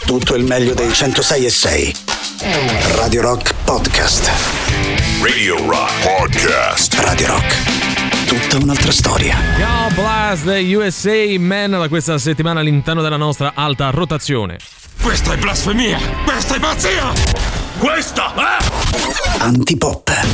tutto il meglio dei 106.6. Radio Rock Podcast. Radio Rock Podcast. Radio Rock. Tutta un'altra storia. God bless the USA, man, da questa settimana all'interno della nostra alta rotazione. Questa è blasfemia! Questa è pazzia! Questa è... Antipop.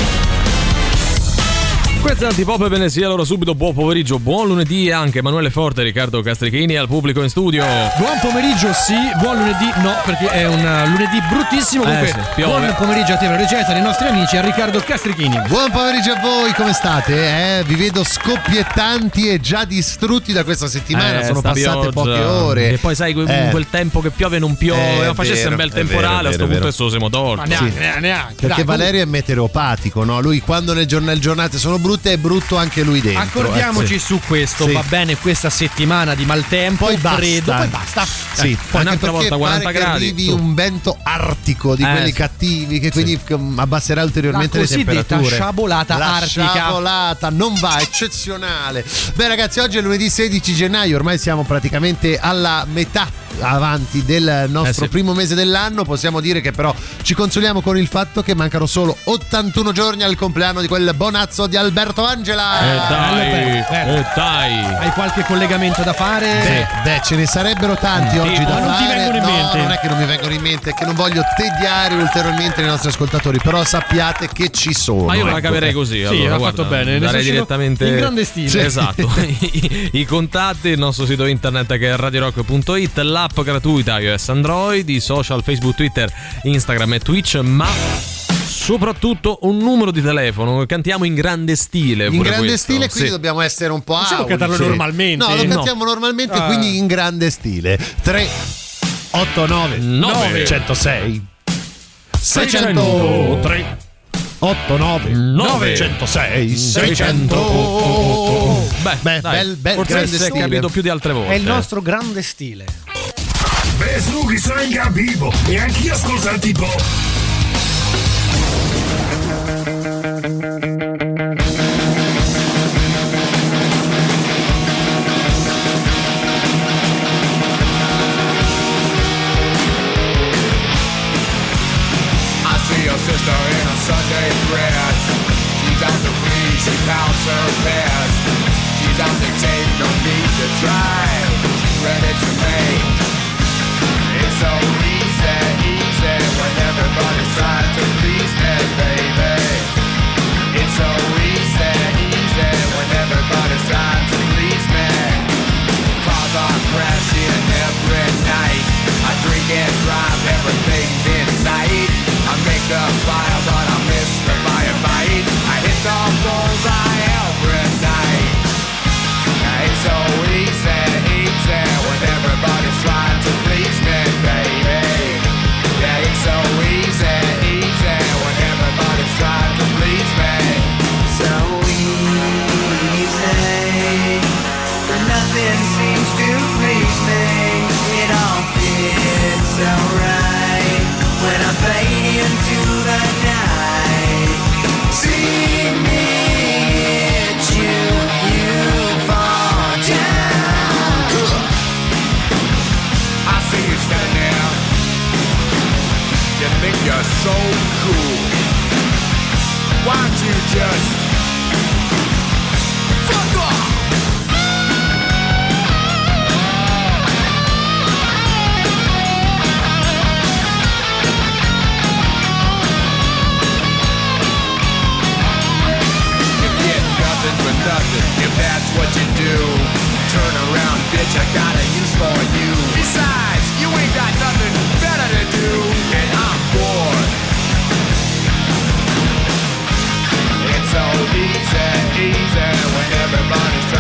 Questa è Antipop, bene sia, allora subito buon pomeriggio, buon lunedì anche Emanuele Forte, Riccardo Castrichini al pubblico in studio. Buon pomeriggio, sì, buon lunedì no, perché è un lunedì bruttissimo. Comunque, sì, buon pomeriggio a te, Regista, ai nostri amici, a Riccardo Castrichini. Buon pomeriggio a voi, come state? Vi vedo scoppiettanti e già distrutti da questa settimana, sono passate poche ore. E poi sai, quel tempo che piove non piove, facesse un bel temporale, a sto punto adesso siamo torti. Ma neanche. Perché Valerio è meteoropatico, no? Lui quando le giornate sono brutte è brutto anche lui dentro. Accordiamoci su questo, sì. Va bene questa settimana di maltempo, poi freddo, basta. poi basta. Sì, poi un'altra volta 40 pare gradi. Che arrivi un vento artico di quelli cattivi che quindi abbasserà ulteriormente le temperature. La sciabolata artica. Sciabolata non va, eccezionale. Beh ragazzi, oggi è lunedì 16 gennaio, ormai siamo praticamente alla metà avanti del nostro primo mese dell'anno. Possiamo dire che però ci consoliamo con il fatto che mancano solo 81 giorni al compleanno di quel bonazzo di Alberto Angela. Dai. Hai qualche collegamento da fare? Beh, ce ne sarebbero tanti oggi da fare. Non ti vengono in mente? Non è che non mi vengono in mente, è che non voglio tediare ulteriormente i nostri ascoltatori, però sappiate che ci sono. Ma io me la caverei così. Sì, allora, ha guarda, fatto bene. Darei direttamente in grande stile. Sì. Esatto. I contatti, il nostro sito internet che è radiorock.it, l'app gratuita iOS Android, i social Facebook, Twitter, Instagram e Twitch, ma soprattutto un numero di telefono. Cantiamo in grande stile. In grande questo. stile, quindi dobbiamo essere un po' Possiamo cantarlo normalmente? No, lo cantiamo normalmente, quindi in grande stile. 389 906 603 89 906 600. Beh, bel forse grande si è stile. capito più di altre volte. È il nostro grande stile. Beh, su, che sono in capivo e anch'io ascolto Antipop. Sister in a Sunday dress. She's out to please, she pounds her best. She's out to take, no need to try. She's ready to make. It's so easy when everybody's trying to please me, baby. It's so easy when everybody's trying to please me. Cars are crashing every night. I drink and drive, everything's in sight. I make the fire, but I miss the firefight. I hit the bullseye every night. It's so easy when everybody's trying to please me, baby. Yeah, it's so easy when everybody's trying to please me. So easy, but nothing seems to please me. It all fits so right when I fade into the night. See me hit you fall down. I see you stand there. You think you're so cool. Why don't you just fuck off? If that's what you do, turn around, bitch, I got a use for you. Besides, you ain't got nothing better to do, and I'm bored. It's so easy when everybody's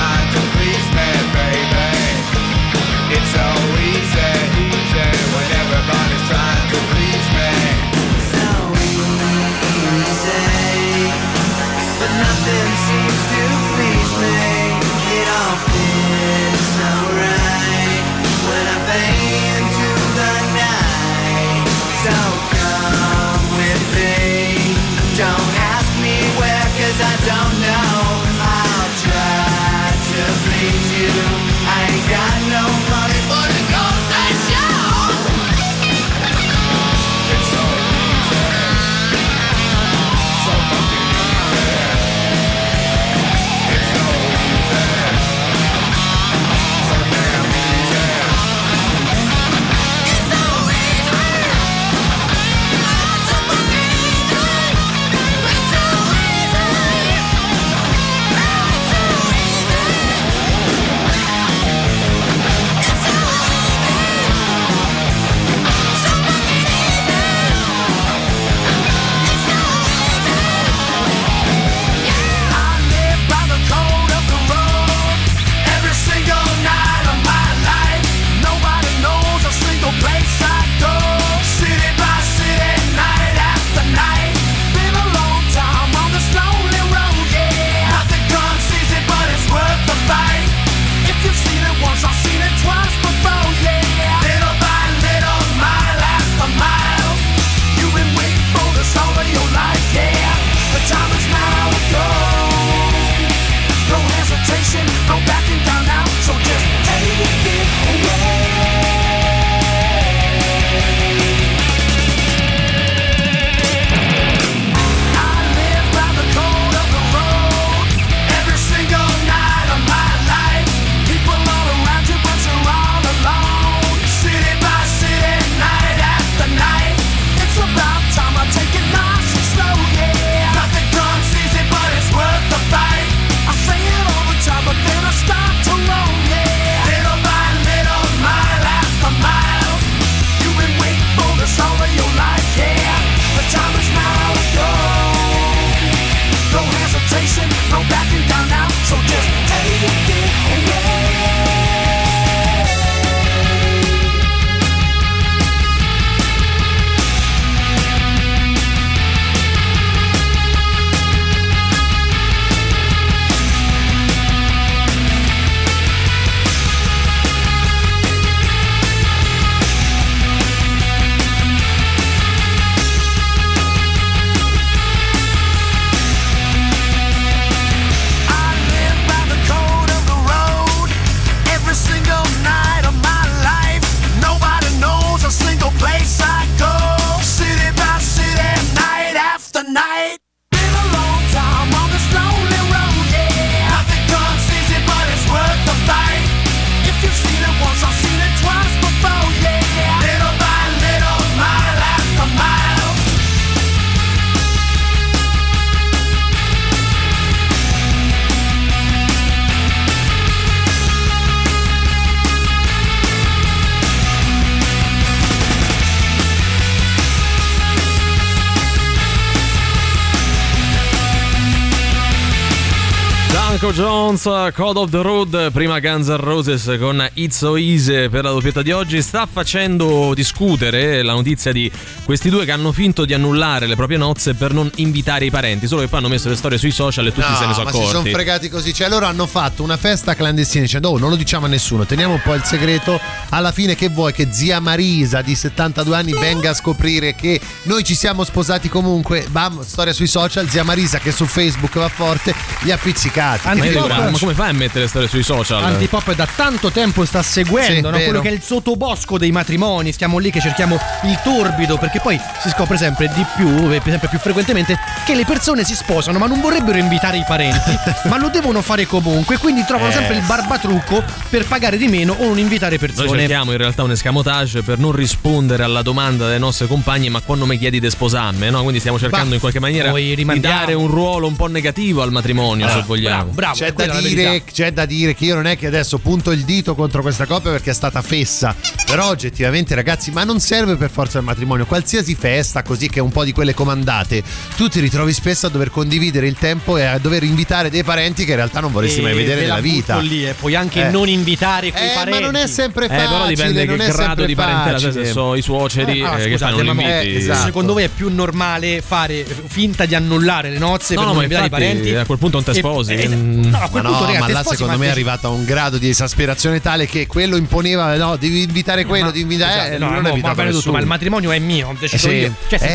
Franco Jones, Code of the Road, prima Guns N' Roses con It's So Easy per la doppietta di oggi. Sta facendo discutere la notizia di questi due che hanno finto di annullare le proprie nozze per non invitare i parenti, solo che poi hanno messo le storie sui social e tutti se ne sono accorti. Ma si sono fregati così, cioè loro hanno fatto una festa clandestina dicendo non lo diciamo a nessuno, teniamo un po' il segreto. Alla fine che vuoi che zia Marisa di 72 anni venga a scoprire che noi ci siamo sposati comunque? Bam, storia sui social, zia Marisa che su Facebook va forte, li ha pizzicati. Ma come fai a mettere le storie sui social? Antipop da tanto tempo sta seguendo, no? Quello che è il sottobosco dei matrimoni. Stiamo lì che cerchiamo il torbido, perché poi si scopre sempre di più, sempre più frequentemente, che le persone si sposano ma non vorrebbero invitare i parenti, ma lo devono fare comunque, quindi trovano sempre il barbatrucco per pagare di meno o non invitare persone. Noi cerchiamo in realtà un escamotage per non rispondere alla domanda delle nostre compagne: ma quando mi chiedi di sposarmi, no? Quindi stiamo cercando in qualche maniera di dare un ruolo un po' negativo al matrimonio, se vogliamo. Bravo, c'è da dire che io non è che adesso punto il dito contro questa coppia perché è stata fessa, però oggettivamente ragazzi, ma non serve per forza il matrimonio. Qualsiasi festa così che è un po' di quelle comandate, tu ti ritrovi spesso a dover condividere il tempo e a dover invitare dei parenti che in realtà non vorresti mai vedere nella vita. Lì, puoi anche non invitare quei parenti. Ma non è sempre facile, però dipende non che è grado di parentela, se sono i suoceri che fanno l'inviti. Esatto. Secondo voi è più normale fare finta di annullare le nozze per non invitare i parenti? A quel punto non te sposi. No, a quel punto ma là secondo me è arrivato a un grado di esasperazione tale che quello imponeva devi invitare quello, devi invitare non è va bene tutto, ma il matrimonio è mio, ho deciso io.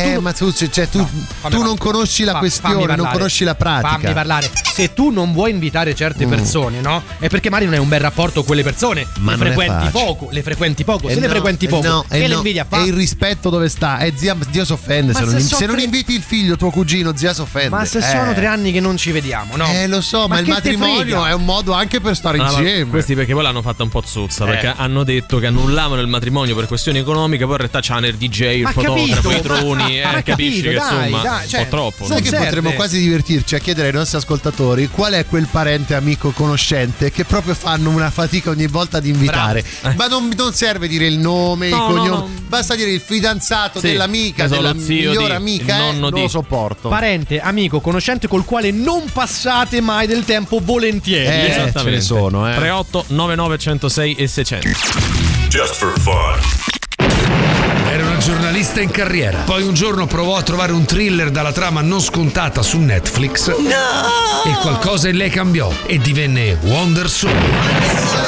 Tu non conosci la questione, non conosci la pratica. Fammi parlare. Se tu non vuoi invitare certe persone, no? È perché magari non hai un bel rapporto con quelle persone, le frequenti poco. Se le frequenti poco, che le invidi a fare? E il rispetto dove sta? Zia si offende se non inviti il figlio, tuo cugino, zia si offende. Ma se sono 3 anni che non ci vediamo, no? Lo so, ma il matrimonio è un modo anche per stare insieme. Questi perché poi l'hanno fatta un po' zuzza, perché hanno detto che annullavano il matrimonio per questioni economiche, poi in realtà c'hanno il DJ, il fotografo, i droni, capisci che insomma un po' troppo. Sai che potremmo quasi divertirci a chiedere ai nostri ascoltatori qual è quel parente, amico, conoscente che proprio fanno una fatica ogni volta di invitare. Ma non serve dire il nome, il cognome, basta dire il fidanzato dell'amica, della migliore amica, non lo sopporto. Parente, amico, conoscente col quale non passate mai del tempo volentieri. Esattamente. Ce ne sono 38 99 106 e 600. Just for fun. Era una giornalista in carriera. Poi un giorno provò a trovare un thriller dalla trama non scontata su Netflix. No! E qualcosa in lei cambiò e divenne Wonder Sole.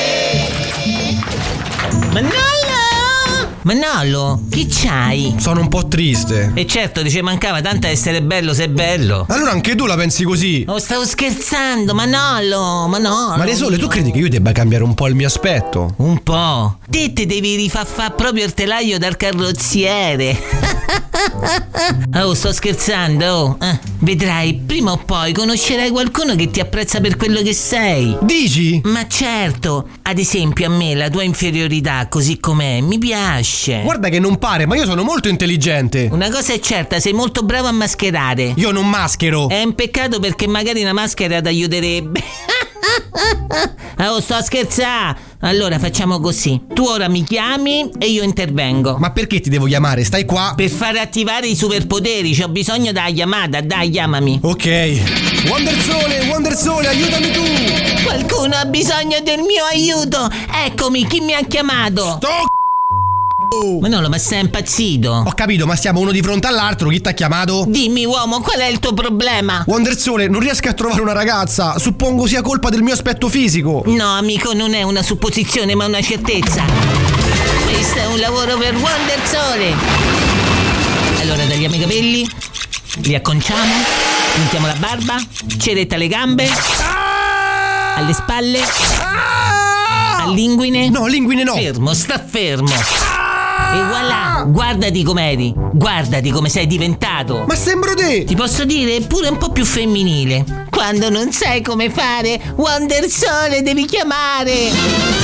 Manolo, che c'hai? Sono un po' triste. E certo, dice mancava tanto essere bello, sei bello. Allora anche tu la pensi così? Oh, stavo scherzando, Manolo. Maria Sole, tu credi che io debba cambiare un po' il mio aspetto? Un po'? Te devi rifà proprio il telaio dal carrozziere. Oh, sto scherzando. Vedrai, prima o poi conoscerai qualcuno che ti apprezza per quello che sei. Dici? Ma certo. Ad esempio, a me la tua inferiorità così com'è mi piace. Guarda che non pare, ma io sono molto intelligente. Una cosa è certa, sei molto bravo a mascherare. Io non maschero. È un peccato perché magari una maschera ti aiuterebbe. Oh, sto scherzando. Allora facciamo così: tu ora mi chiami e io intervengo. Ma perché ti devo chiamare? Stai qua per far attivare i superpoteri. C'ho bisogno della chiamata. Dai, chiamami. Ok. Wonder Sole, aiutami tu. Qualcuno ha bisogno del mio aiuto. Eccomi, chi mi ha chiamato? Manolo, ma sei impazzito? Ho capito, ma stiamo uno di fronte all'altro. Chi t'ha chiamato? Dimmi, uomo, qual è il tuo problema? Wonder Sole, non riesco a trovare una ragazza. Suppongo sia colpa del mio aspetto fisico. No, amico, non è una supposizione, ma una certezza. Questo è un lavoro per Wonder Sole. Allora, tagliamo i capelli, li acconciamo, puntiamo la barba, ceretta alle gambe, alle spalle, all'inguine. No, linguine no. Fermo, sta fermo. E voilà, guardati com'eri, guardati come sei diventato. Ma sembro te. Ti posso dire pure un po' più femminile. Quando non sai come fare, Wonder Sole devi chiamare.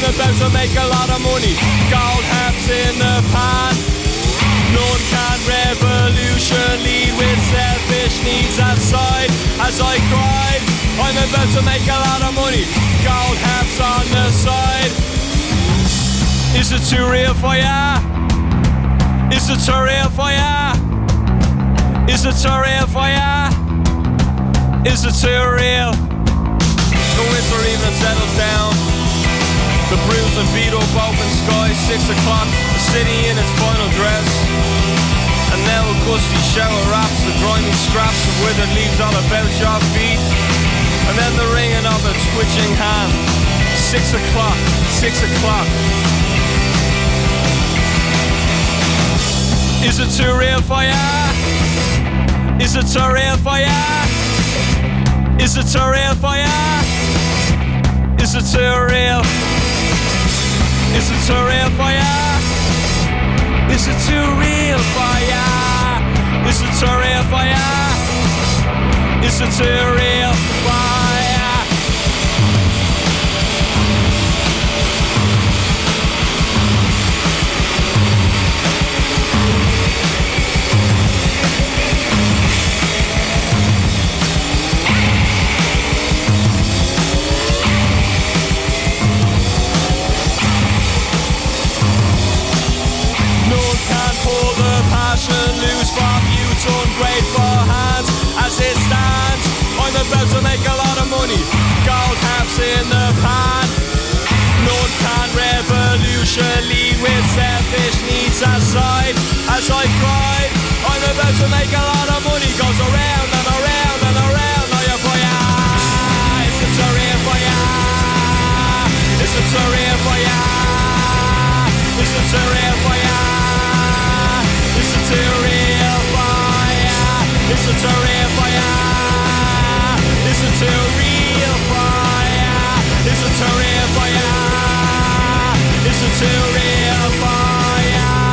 I'm about to make a lot of money. Gold hats in the pan. None can revolution lead with selfish needs aside. As I cried, I'm about to make a lot of money. Gold hats on the side. Is it too real for ya? Is it too real for ya? Is it too real for ya? Is it too real? The winter evening settles down. The bruised and beat up open sky, 6 o'clock, the city in its final dress. And now a gusty shower wraps the grimy scraps of withered leaves all about your feet. And then the ringing of a twitching hand. 6 o'clock, 6 o'clock. Is it too real for ya? Is it too real for ya? Is it too real for ya? Is it too real? Is it too real for ya? Is it too real for ya? Is it too real for ya? Is it too real for ya? Loose from youth's ungrateful hands. As it stands, I'm about to make a lot of money. Gold caps in the pan. None can revolution lead with selfish needs aside. As I cried, I'm about to make a lot of money. Goes around and around and around. Now you're for ya. Is it so real for ya? Is it so real for ya? Is it so real for ya? Is it too real for ya? Is it too real for ya? Is it too real for ya? Is it too real for ya? Is it too real for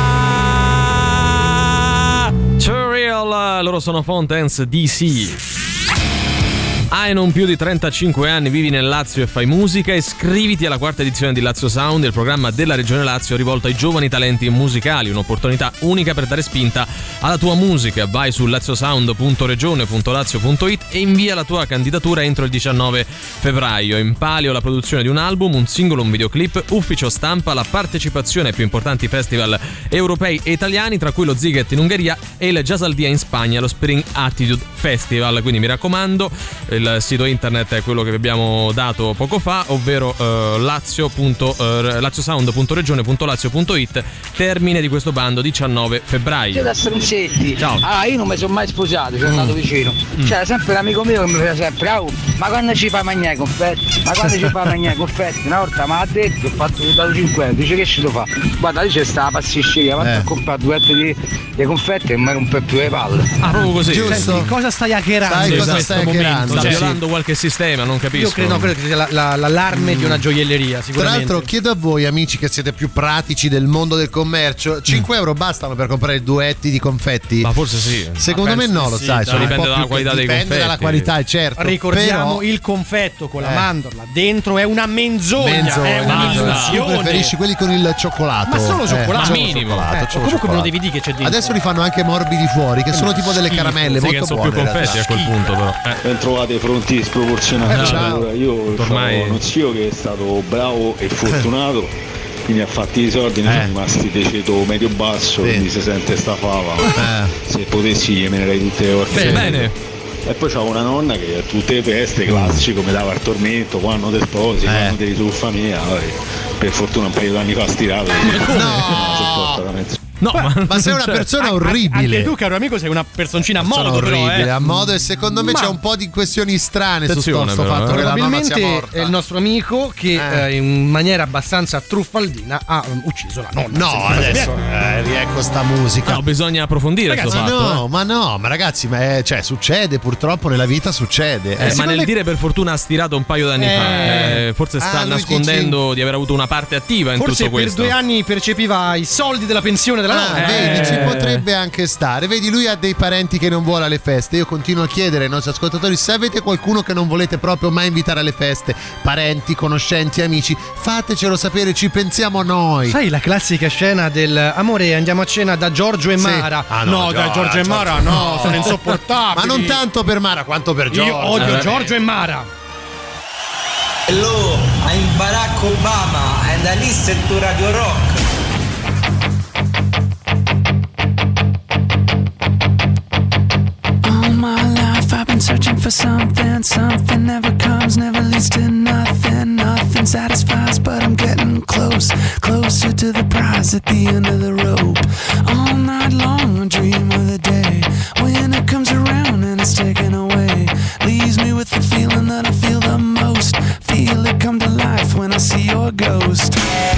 ya? Too real, loro sono Fountains DC. Hai non più di 35 anni, vivi nel Lazio e fai musica? Iscriviti alla quarta edizione di Lazio Sound, il programma della Regione Lazio rivolto ai giovani talenti musicali, un'opportunità unica per dare spinta alla tua musica. Vai su laziosound.regione.lazio.it e invia la tua candidatura entro il 19 febbraio. In palio la produzione di un album, un singolo, un videoclip, ufficio stampa, la partecipazione ai più importanti festival europei e italiani, tra cui lo Ziget in Ungheria e il Jazz al Dia in Spagna, lo Spring Attitude Festival. Quindi mi raccomando, il sito internet è quello che vi abbiamo dato poco fa, ovvero laziosound.regione.lazio.it. Termine di questo bando 19 febbraio. Da stronzetti. Ciao. Ah, io non mi sono mai sposato, sono andato vicino. C'era sempre l'amico mio che mi faceva sempre: ma quando ci fai mangiare i confetti? Ma quando ci fai mangiare i confetti? Una volta mi ha detto, ho fatto dato 5 euro, dice che ci lo fa? Guarda, lì c'è sta la pasticceria, vado a comprare 2 etti di confetti e mi rompe più le palle. Ah, proprio così. Giusto. Senti, cosa stai hackerando in questo momento? Sta violando qualche sistema, non capisco. Io credo che sia l'allarme di una gioielleria, sicuramente. Tra l'altro chiedo a voi, amici che siete più pratici del mondo del commercio, 5 euro bastano per comprare duetti di confetti? Ma forse sì. Secondo me no, lo sai. Dipende dalla qualità dei confetti. Dipende dalla qualità, certo. Ricordiamo però, il confetto con la mandorla dentro è una menzogna. È un'illusione. Tu preferisci quelli con il cioccolato? Ma solo cioccolato. Ma minimo. Comunque me lo devi dire che c'è dentro. Adesso li fanno anche morbidi fuori, che sono tipo delle caramelle molto sono buone. Più confetti a quel punto, però. Ben trovate fronti sproporzionati. Io ho uno zio che è stato bravo e fortunato, quindi ha fatto i soldi, ne sono rimasti di ceto medio basso, quindi si sente sta fava. Se potessi gli menerei tutte le volte. Bene. E poi c'avevo una nonna che a tutte le feste classici come dava il tormento, quando te sposi, quando ti risulfa mia, per fortuna un paio d'anni fa stirato. No, ma sei una persona orribile. Anche tu, caro amico, sei una personcina a modo, orribile, però, a modo, e secondo me c'è un po' di questioni strane su sto fatto che la mamma sia morta. È il nostro amico che in maniera abbastanza truffaldina ha ucciso la nonna. No, adesso riecco sta musica. No, bisogna approfondire questo fatto. Ma ragazzi, cioè, succede, purtroppo nella vita succede. Ma nel dire per fortuna ha stirato un paio d'anni fa, forse sta nascondendo di aver avuto una parte attiva in tutto questo. Forse per 2 anni percepiva i soldi della pensione della della nonna. Vedi, ci potrebbe anche stare. Vedi, lui ha dei parenti che non vuole alle feste. Io continuo a chiedere ai nostri ascoltatori se avete qualcuno che non volete proprio mai invitare alle feste, parenti, conoscenti, amici, fatecelo sapere, ci pensiamo noi. Sai la classica scena del amore, andiamo a cena da Giorgio e Mara? No, da Giorgio e Mara no, sono insopportabili. Ma non tanto per Mara quanto per Giorgio. Io odio Giorgio e Mara. Hello, I'm Barack Obama and I listen to Radio Rock. All my life I've been searching for something. Something never comes, never leads to nothing. Nothing satisfies, but I'm getting close. Closer to the prize at the end of the rope. All night long I dream of the day when it comes around and it's taken away. Leaves me with the feeling that I feel the most. Feel it come to life when I see your ghost.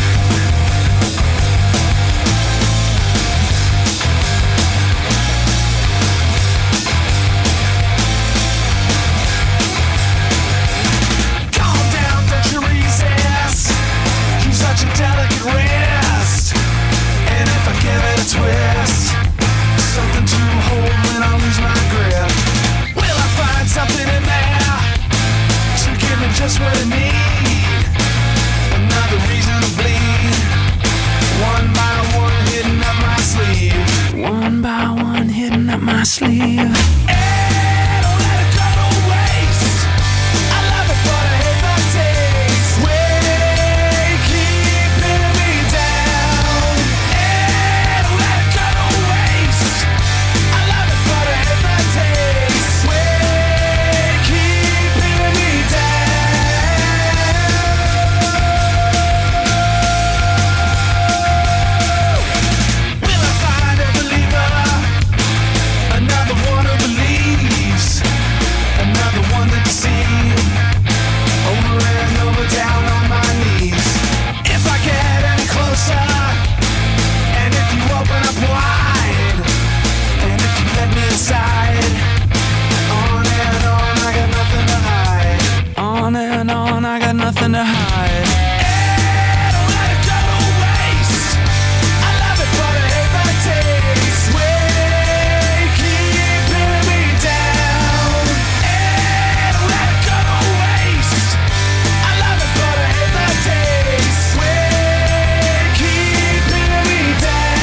Such a delicate wrist, and if I give it a twist, something to hold when I lose my grip. Will I find something in there to give me just what I need? Another reason to bleed. One by one hitting up my sleeve. One by one hitting up my sleeve. Hey, don't let it go to waste. I love it, but I hate the taste. Nothing to hide. Hey, don't let it go to waste. I love it, but I hate the taste. Way keeping me down. Hey, don't let it go to waste. I love it, but I hate the taste. Way keeping me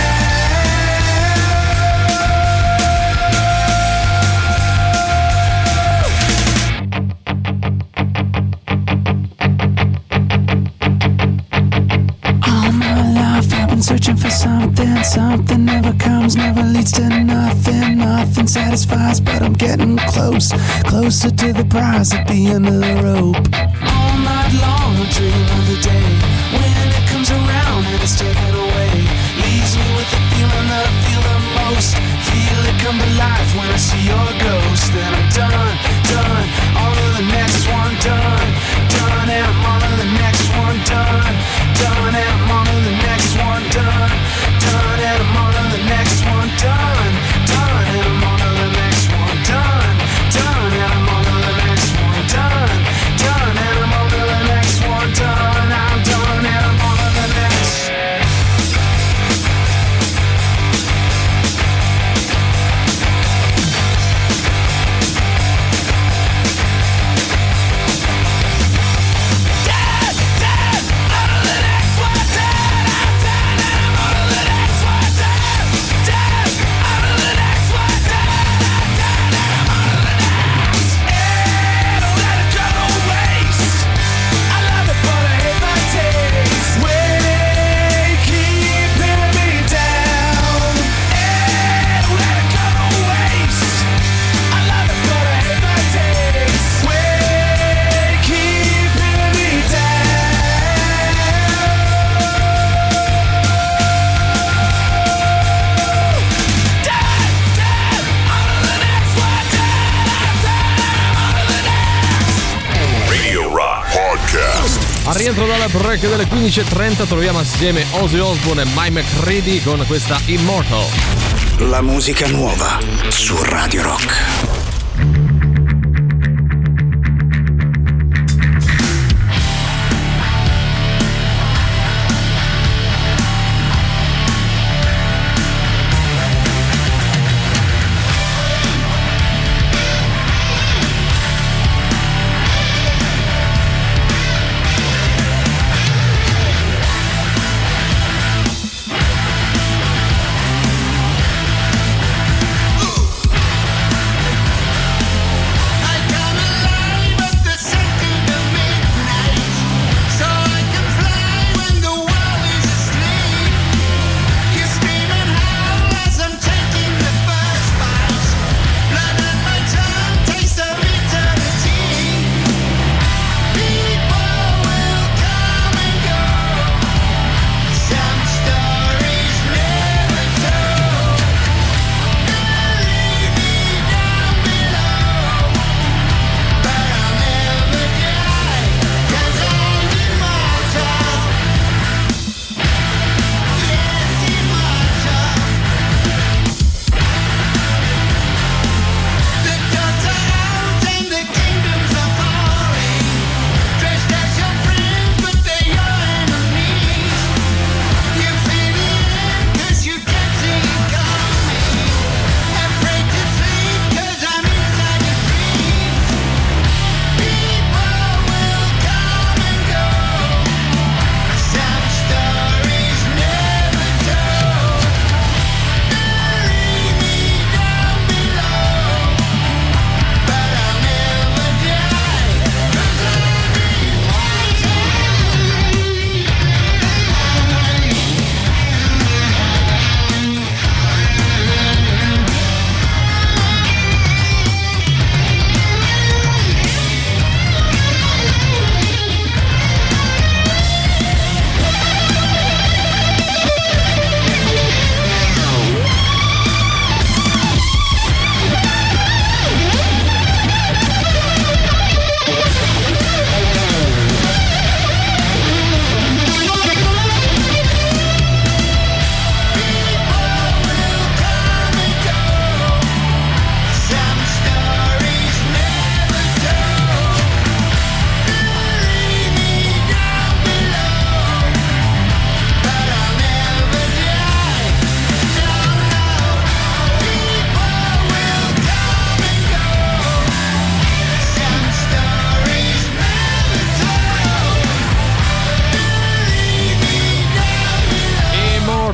searching for something, something never comes, never leads to nothing, nothing satisfies, but I'm getting close, closer to the prize at the end of the rope. all night long I dream of the day when it comes around and it's taken away. Leaves me with the feeling that I feel the most. Feel it come to life when I see your ghost. Then I'm done, done, on to the next one, done, done, and I'm on to the next one, done, done, and I'm on to the next one, done, done, and I'm on to the next one, done, done, and I'm on to the next one, done, done, and I'm on to the next one, done, done, and I'm on to the next one, done, I'm done, and I'm on to the next. Al rientro dalla break delle 15.30 troviamo assieme Ozzy Osbourne e Mike McCready con questa Immortal. La musica nuova su Radio Rock.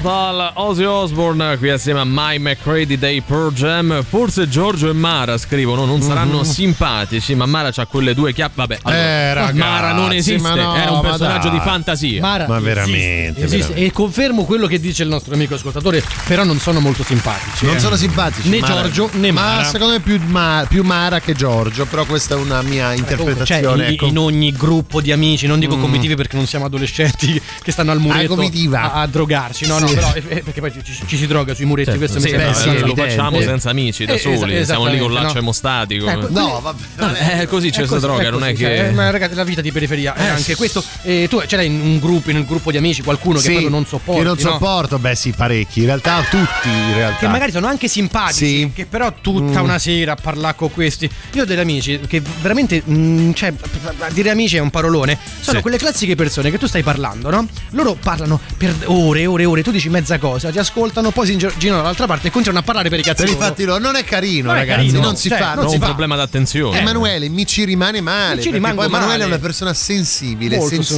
Metal, Ozzy Osbourne qui assieme a My McCready dei Pearl Jam. Forse Giorgio e Mara scrivono non saranno simpatici, ma Mara c'ha quelle due chiappe. Vabbè, allora, ragazzi, Mara non esiste, no, era un personaggio di fantasia. Mara ma veramente, esiste. veramente. E confermo quello che dice il nostro amico ascoltatore, però non sono molto simpatici. Non sono simpatici né Mara, Giorgio né Mara. Ma secondo me più Mara che Giorgio, però questa è una mia interpretazione. Comunque, ecco. in ogni gruppo di amici, non dico comitivi perché non siamo adolescenti che stanno al muretto a drogarci, no, però perché poi ci si droga sui muretti, questo mi sembra. Lo facciamo senza amici, da soli, siamo lì con l'accio emostatico. No, vabbè, così c'è questa droga, non è che ma ragazzi, la vita di periferia è anche questo. Tu ce l'hai in nel gruppo di amici qualcuno che proprio non sopporti? Che non sopporto, beh sì, parecchi, in realtà tutti che magari sono anche simpatici, che però tutta una sera a parlare con questi. Io ho degli amici che veramente cioè dire amici è un parolone, sono quelle classiche persone che tu stai parlando, no? Loro parlano per ore, tu dici mezza cosa, ti ascoltano, poi si girano dall'altra parte e continuano a parlare per i cazzi loro. Infatti non è carino, ragazzi, non si fa, non si fa. Un problema d'attenzione. Emanuele mi ci rimane male, perché poi Emanuele è una persona sensibile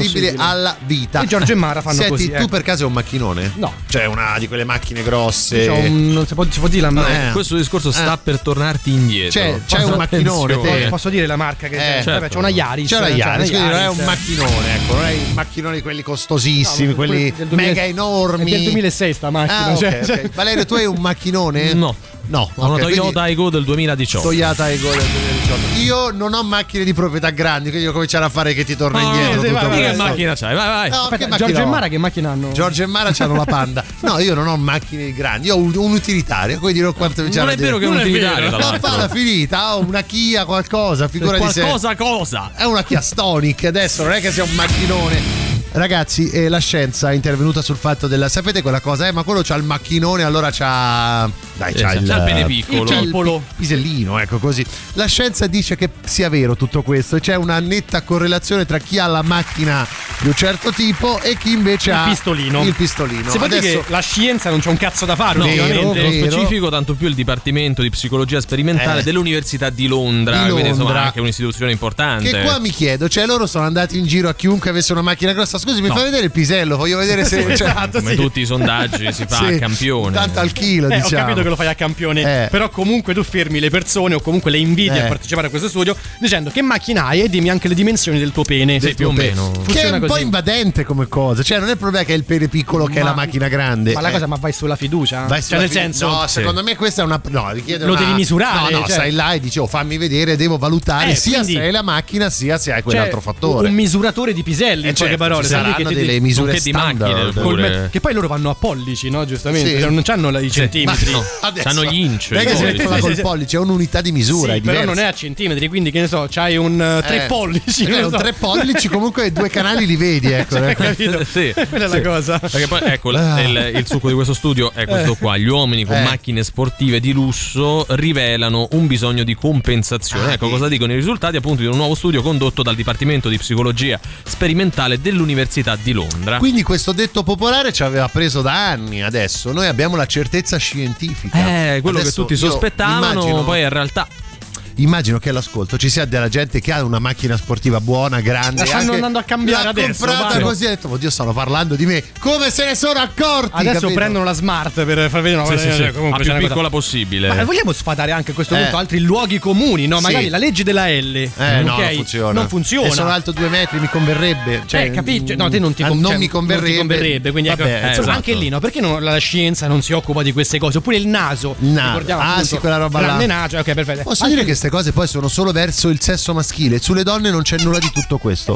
alla vita. E Giorgio e Mara fanno così. Tu per caso hai un macchinone? No. Cioè una di quelle macchine grosse. Non si può dire questo discorso sta per tornarti indietro. C'è un macchinone, te. Posso dire la marca che c'è? Certo. C'è una Yaris. C'è una Yaris, quindi non è un macchinone, ecco, non è un macchinone di quelli costosissimi, quelli mega enormi. È del 2006 sta macchina. Okay. Valerio, tu hai un macchinone? No, una Toyota Aygo del 2018. Toyota Aygo del 2018. Io non ho macchine di proprietà grandi, quindi devo cominciare a fare che ti torna indietro. Che macchina c'hai? Vai. No, aspetta, Giorgio e Mara che macchina hanno? Giorgio e Mara c'hanno la Panda. No, io non ho macchine grandi, io ho un utilitario, quindi dirò quanto mi c'è. Non è vero che è un utilitario, non fa la finita, ho una Kia qualcosa, figura di sé. Cosa? È una Kia Stonic, adesso non è che sia un macchinone. Ragazzi, la scienza è intervenuta sul fatto della. Sapete quella cosa? Ma quello c'ha il macchinone, allora c'ha. Dai, c'ha il pene piccolo. Il pisellino, ecco così. La scienza dice che sia vero tutto questo. C'è una netta correlazione tra chi ha la macchina di un certo tipo e chi invece ha il pistolino. Se adesso che la scienza non c'è un cazzo da fare, nello specifico, tanto più il Dipartimento di Psicologia Sperimentale dell'Università di Londra, quindi insomma anche un'istituzione importante. Che qua mi chiedo, cioè loro sono andati in giro a chiunque avesse una macchina grossa. Scusi, mi fai vedere il pisello, voglio vedere se come tutti i sondaggi si fa a campione. Tanto al chilo, diciamo. Ho capito che lo fai a campione, però comunque tu fermi le persone o comunque le inviti a partecipare a questo studio dicendo che macchina hai e dimmi anche le dimensioni del tuo pene. Sì, più o meno. Che è un po' invadente come cosa, cioè non è il problema che è il pene piccolo che è la macchina grande. Ma la cosa, ma vai sulla fiducia? Cioè nel senso, no, secondo me questa è una richiede devi misurare. No, stai là e dici fammi vedere, devo valutare sia se hai la macchina sia se hai quell'altro fattore. Un misuratore di piselli, in poche parole, saranno delle misure di macchine che poi loro vanno a pollici, no? Giustamente, non hanno i centimetri, hanno gli inch. Non è che si mettono col pollice, è un'unità di misura, è però non è a centimetri, quindi che ne so, c'hai un 3 pollici. Un 3 pollici, comunque 2 canali li vedi, ecco. Capito? Sì. Quella è la cosa. Perché poi ecco il succo di questo studio è questo qua: gli uomini con macchine sportive di lusso rivelano un bisogno di compensazione. Ecco cosa dicono i risultati appunto di un nuovo studio condotto dal Dipartimento di Psicologia Sperimentale dell'Università di Londra. Quindi questo detto popolare ci aveva preso da anni, adesso noi abbiamo la certezza scientifica. Quello adesso che tutti sospettavano, poi in realtà immagino che all'ascolto ci sia della gente che ha una macchina sportiva buona, grande. La stanno andando a cambiare adesso. L'ha comprata così, ha detto, oddio, stanno parlando di me. Come se ne sono accorti? Adesso capito? prendono la Smart per far vedere la più piccola possibile. Ma vogliamo sfatare anche a questo punto altri luoghi comuni, no? Magari la legge della L. No, non funziona. E sono alto 2 metri, mi converrebbe. Capisci? No, te non mi converrebbe. Quindi anche lì, no? Perché la scienza non si occupa di queste cose? Oppure il naso. Sì, quella roba là. Naso, ok, perfetto. Posso dire che queste cose poi sono solo verso il sesso maschile. Sulle donne non c'è nulla di tutto questo.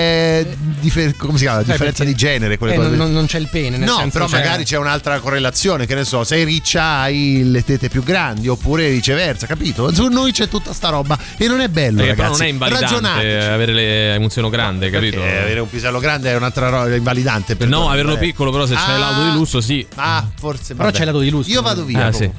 È come si chiama? Differenza di genere. Quelle cose. Non c'è il pene. Nel senso, però magari c'è un'altra correlazione. Che ne so, sei riccia hai le tete più grandi, oppure viceversa, capito? Su noi c'è tutta sta roba e non è bello, ragazzi. Però non è invalidante avere l'emozione grande, capito? Avere un pisello grande è un'altra roba invalidante. No, averlo piccolo, però se c'hai l'auto di lusso, sì. Forse. Però c'è l'auto di lusso. Io vado via. Sì.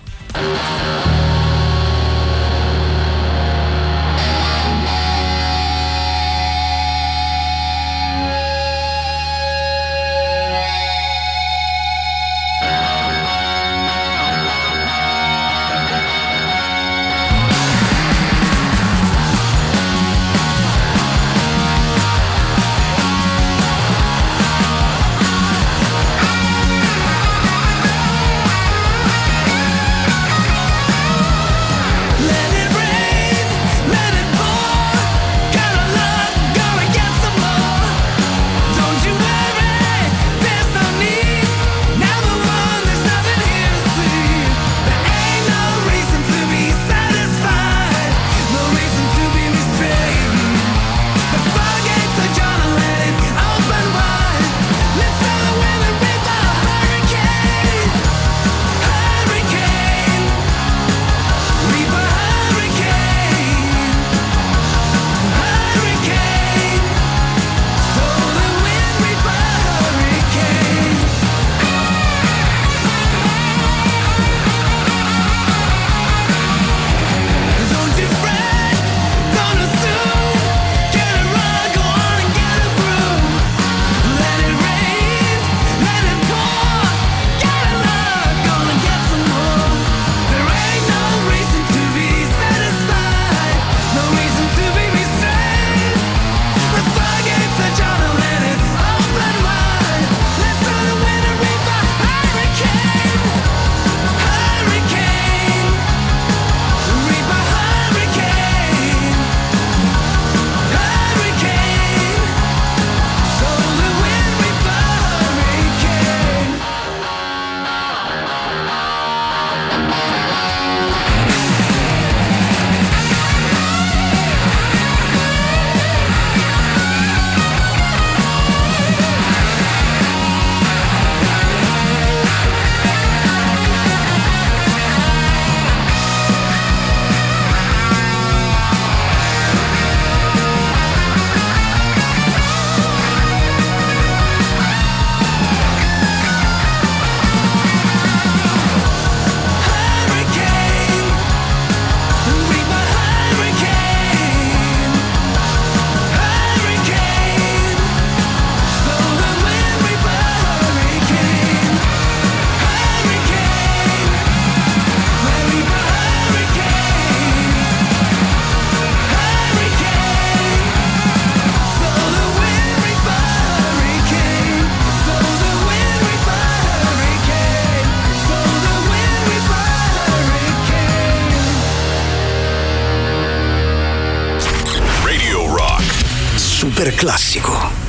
super classico.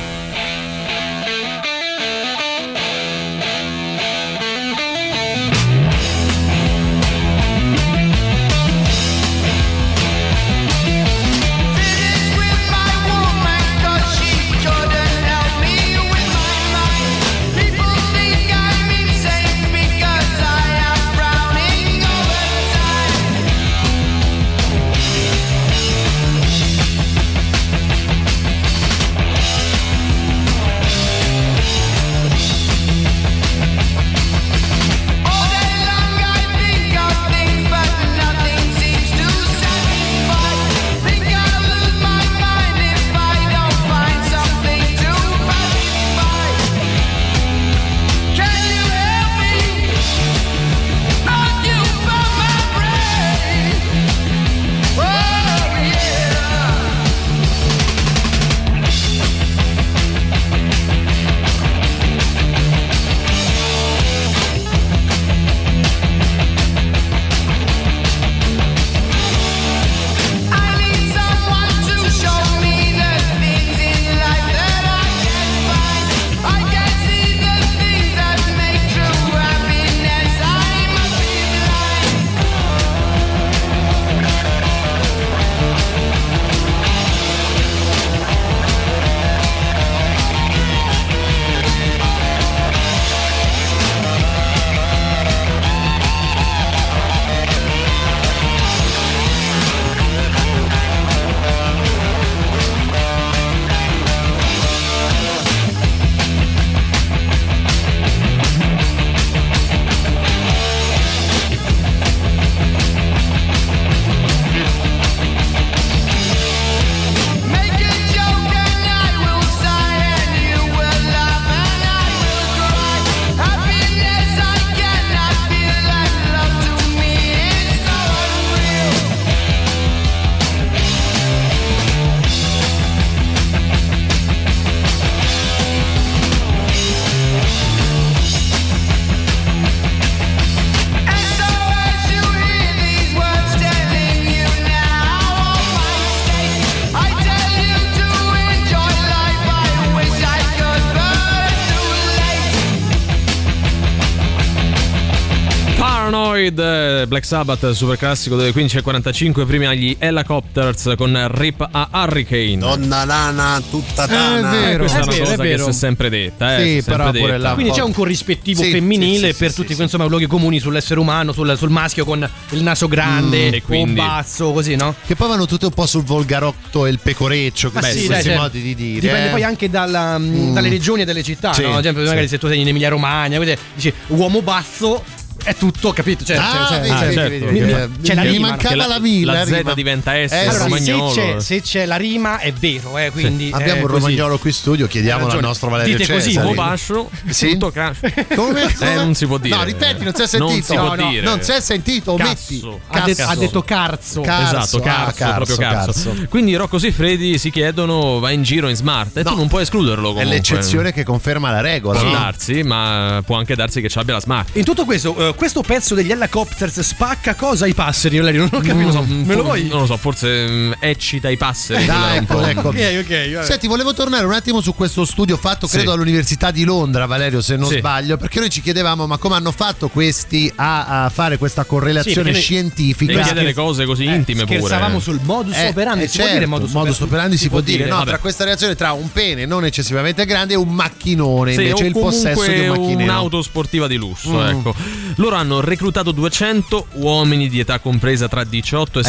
Black Sabbath, super classico delle 15:45, prima gli Helicopters con Rip a Hurricane. Donna nana tutta tana. È vero, questa è una vero, cosa che si è sempre detta, sì, si è però sempre pure detta. là Quindi c'è un corrispettivo Sì, femminile sì, per tutti insomma luoghi comuni sull'essere umano, sul maschio con il naso grande E quindi- o basso, così, no? Che poi vanno tutte un po' sul volgarotto e il pecoreccio, Ma questi sì, dai, modi di dire. Dipende poi anche dalle regioni e dalle città, Sì, no? Ad esempio, sì. magari se tu sei in Emilia Romagna, dici uomo basso, è tutto, capito? Cioè, vedi, certo. c'è la mi rima. mancava Che la mila. la Z rima. diventa S, Allora, romagnolo. se c'è la rima è vero, quindi Abbiamo un così. romagnolo qui in studio, chiediamolo al ragione. nostro Valerio Dite così, Cesari. Bascio, Sì? tutto cash. Come? Non si può dire. No, ripeti, non si è sentito. Non si può dire. Non si è sentito, ometti. Cazzo. Ha detto carzo. Esatto, carzo, proprio carzo. Quindi Rocco Siffredi si chiedono va in giro in smart e No. tu non puoi escluderlo comunque. È l'eccezione che conferma la regola. Può no? darsi, ma può anche darsi che ci abbia la smart. In tutto questo pezzo degli Helicopters spacca cosa ai passeri? Valerio? Non ho capito. Me lo vuoi? Non lo so, forse eccita i passeri. Dai, un ecco. po'. Ok. Senti, volevo tornare un attimo su questo studio fatto, credo, all'Università di Londra, Valerio, se non Sì. sbaglio, perché noi ci chiedevamo ma come hanno fatto questi a fare questa correlazione perché scientifica. E chiedere cose così intime pure. Scherzavamo sul modus operandi. Si può dire modus operandi si può dire, no? vabbè. Tra questa relazione tra un pene non eccessivamente grande e un macchinone, Sì, invece o il possesso di un comunque macchinino. un'auto sportiva di lusso, ecco. Loro hanno reclutato 200 uomini di età compresa tra 18 e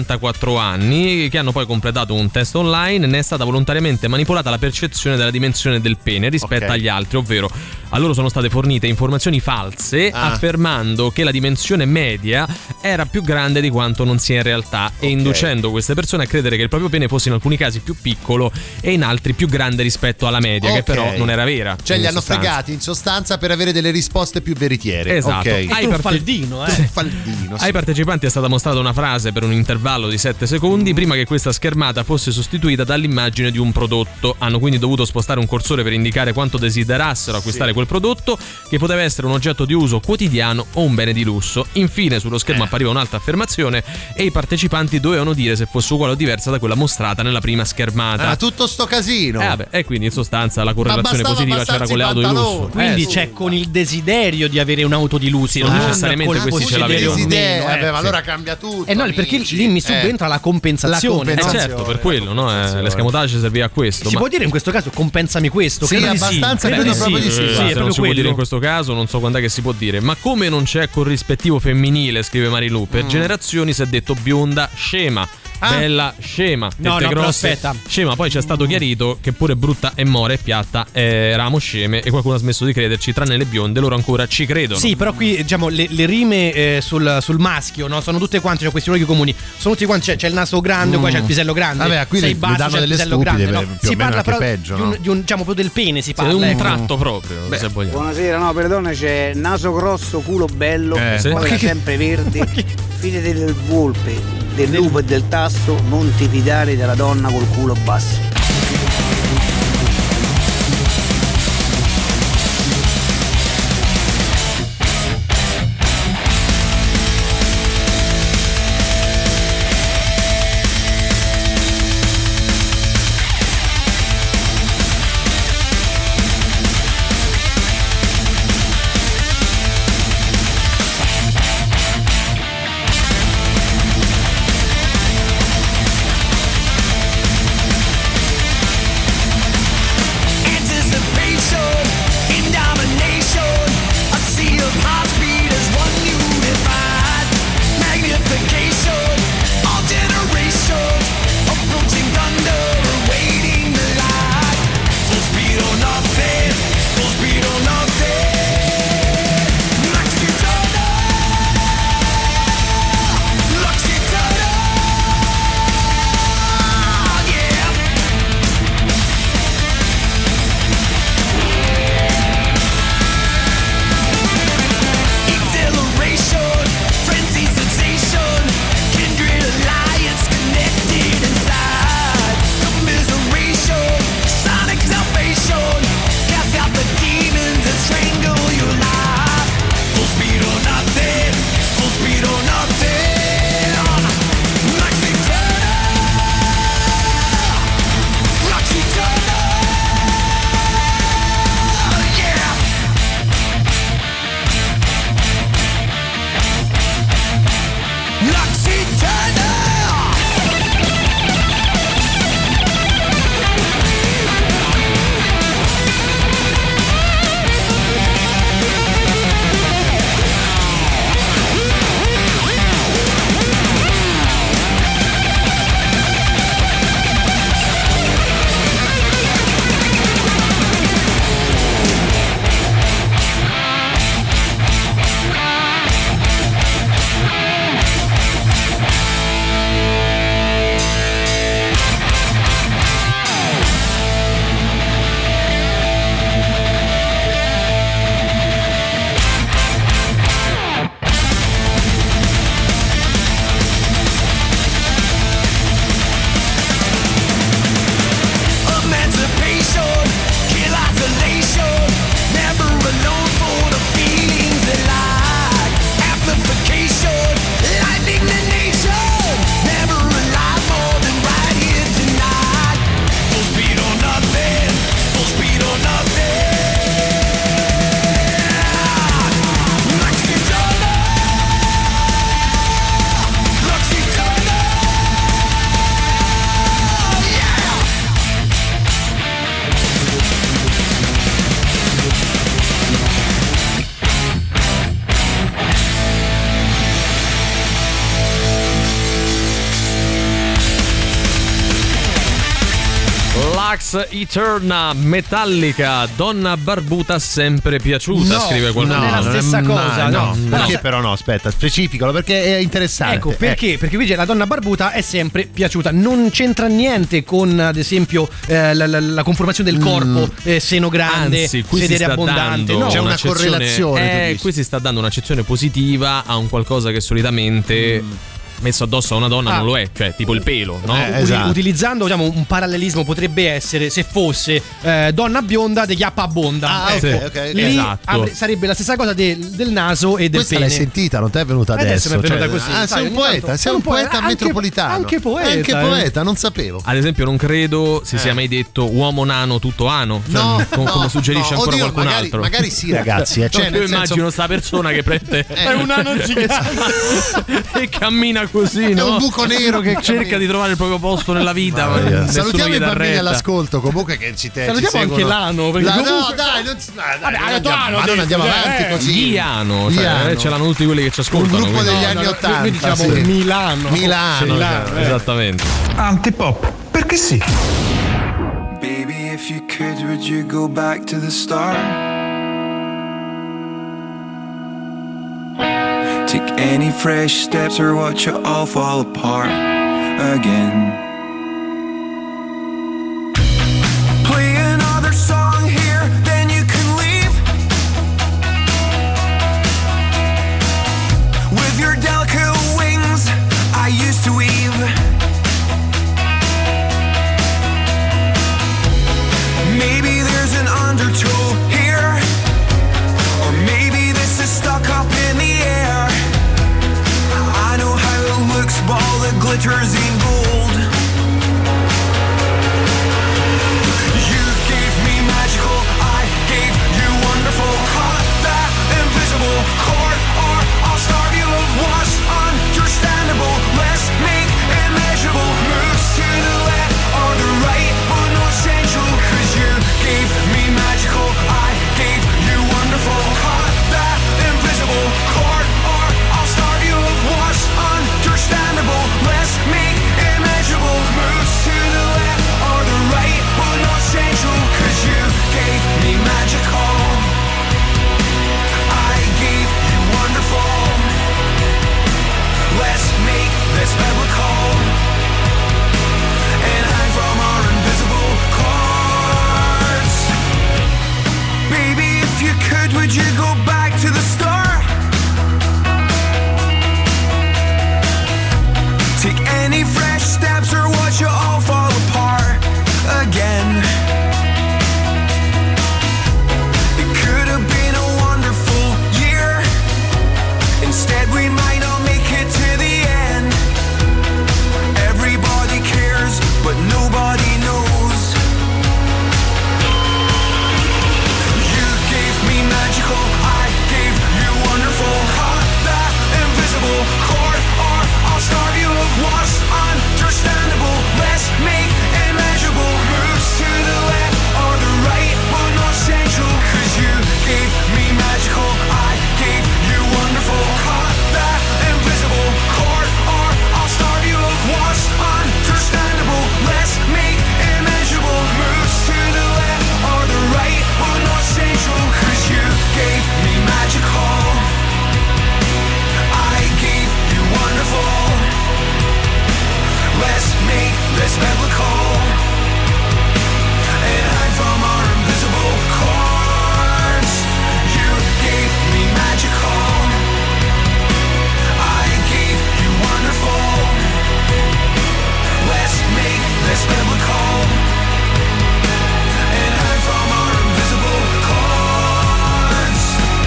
74 anni che hanno poi completato un test online. Ne è stata volontariamente manipolata la percezione della dimensione del pene rispetto agli altri, ovvero a loro sono state fornite informazioni false affermando che la dimensione media era più grande di quanto non sia in realtà e inducendo queste persone a credere che il proprio pene fosse in alcuni casi più piccolo e in altri più grande rispetto alla media, che però non era vera. Cioè in li hanno sostanza. fregati in sostanza per avere delle risposte più veritiere. Esatto. Ok. Truffaldino, Truffaldino. Ai partecipanti è stata mostrata una frase per un intervallo di 7 secondi prima che questa schermata fosse sostituita dall'immagine di un prodotto. Hanno quindi dovuto spostare un cursore per indicare quanto desiderassero acquistare quel prodotto, che poteva essere un oggetto di uso quotidiano o un bene di lusso. Infine sullo schermo appariva un'altra affermazione e i partecipanti dovevano dire se fosse uguale o diversa da quella mostrata nella prima schermata. Tutto sto casino. E quindi in sostanza la correlazione positiva c'era con le auto di lusso. Quindi c'è con il desiderio di avere un'auto di lusso, non necessariamente questi ce l'avevano. Ma allora cambia tutto. No, perché lì mi subentra la compensazione. Certo, per quello, no? L'escamotage serviva a questo. Si può dire in questo caso compensami questo? Sì, abbastanza, credo proprio di sì. Se non si può dire in questo caso, non so quando è che si può dire. Ma come non c'è corrispettivo femminile, scrive Marilu, per generazioni si è detto bionda scema. Bella scema, tette grosse, aspetta. Scema. Poi c'è stato chiarito che pure brutta e more e piatta eravamo sceme e qualcuno ha smesso di crederci, tranne le bionde, loro ancora ci credono. Sì, però qui diciamo le rime sul maschio, no? Sono tutte quante, questi luoghi comuni, sono tutti quanti, c'è il naso grande, qua c'è il pisello grande. Vabbè, qui sei le basso, danno c'è il delle pisello stupide, grande, no? più Si o meno parla anche però peggio, di un diciamo proprio del pene si parla. È un tratto proprio, se vogliamo. Buonasera, no, per donne c'è naso grosso, culo bello, squadra sempre verde, fidati del volpe, del lupo e del tasso, non ti fidare della donna col culo basso. Ex Eterna, Metallica, donna barbuta sempre piaciuta, scrive qualcuno. Non è la stessa cosa, no. Perché però no, aspetta, specificalo perché è interessante. Ecco, perché? Perché qui la donna barbuta è sempre piaciuta, non c'entra niente con ad esempio la conformazione del corpo, seno grande, anzi, qui sedere abbondante, no. C'è una correlazione. Qui si sta dando un'accezione positiva a un qualcosa che solitamente messo addosso a una donna non lo è, cioè tipo il pelo, no? Esatto. Utilizzando diciamo un parallelismo potrebbe essere se fosse donna bionda de chiappa abbonda. Ok. Lì esatto. sarebbe la stessa cosa del naso e del Questa pene. l'hai sentita, non ti è venuta adesso? Mi è venuta così. Sei un poeta, sei un poeta metropolitano. Anche poeta, non sapevo. Ad esempio non credo si sia mai detto uomo nano tutto ano, cioè, come suggerisce ancora qualcun altro. Magari sì, ragazzi. Cioè, io immagino sta persona che prende è un nano gigante e cammina così, no? È un buco nero che cerca di trovare il proprio posto nella vita. Salutiamo i bambini all'ascolto, comunque che ci salutiamo anche l'ano, perché no, dai, non andiamo avanti così. Ghiano, cioè, ce l'hanno tutti quelli che ci ascoltano. Un gruppo degli anni 80. Noi diciamo Milano. Esattamente. Antipop, perché sì. Baby, if you could, would you go back to the start? Take any fresh steps or watch it all fall apart again. Play another song here, then you can leave with your delicate wings I used to weave. Maybe there's an undertow here, or maybe this is stuck up in the air. I know how it looks, but all that glitters ain't gold. You gave me magical, I gave you wonderful. Cut that invisible cord, or I'll starve you of what's understandable. Let's make immeasurable moves to the left or the right, but no essential. Cause you gave me magical, I gave you wonderful. Cut that invisible cord, or I'll starve you of what's understandable. Let's make immeasurable moves to the left or the right, but no essential. Cause you gave me magical, I gave you wonderful. Let's make this biblical and hang from our invisible cords. Baby, if you could, would you go back to the start? Take any fresh steps or watch it all fall apart again. It could have been a wonderful year. Instead we might not make it to the end. Everybody cares, but nobody knows. You gave me magical, I gave you wonderful. Cut that invisible cord, or I'll starve you of what's understandable. Let's make immeasurable moves to the left or the right, but not essential. Cause you gave me magical, I gave you wonderful. Cut that invisible cord, or I'll starve you of what's understandable. Let's make immeasurable moves to the left or the right, but not essential. Cause you gave me magical, I gave you wonderful. Let's make this biblical and hang from our invisible cords. You gave me magical, I gave you wonderful. Let's make this biblical and hang from our invisible cords.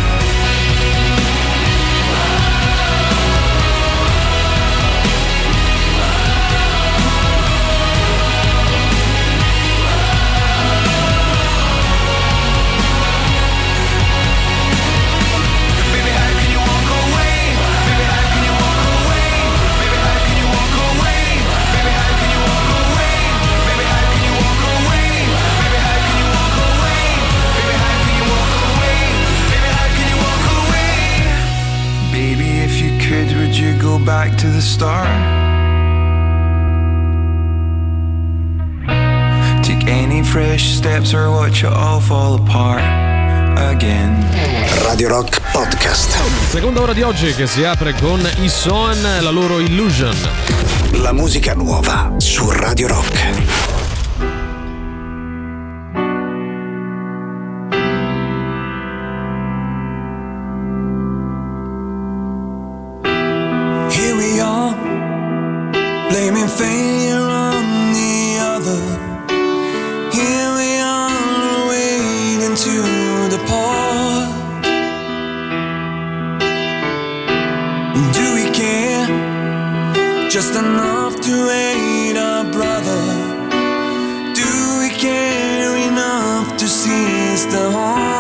Baby, how can you walk away? Baby, how can you walk away? Baby, how can you walk away? Baby, how can you walk away? Baby, how can you walk away? Baby, how can you walk away? Baby, how can you walk away? Baby, how can you walk away? Baby, if you could, would you go back to the start? Take any precious steps are what you all fall apart again. Radio Rock Podcast. Seconda ora di oggi che si apre con i Soen, la loro Illusion. La musica nuova su Radio Rock. Blaming failure on the other. Here we are wading to the port. Do we care just enough to hate our brother? Do we care enough to seize the horn?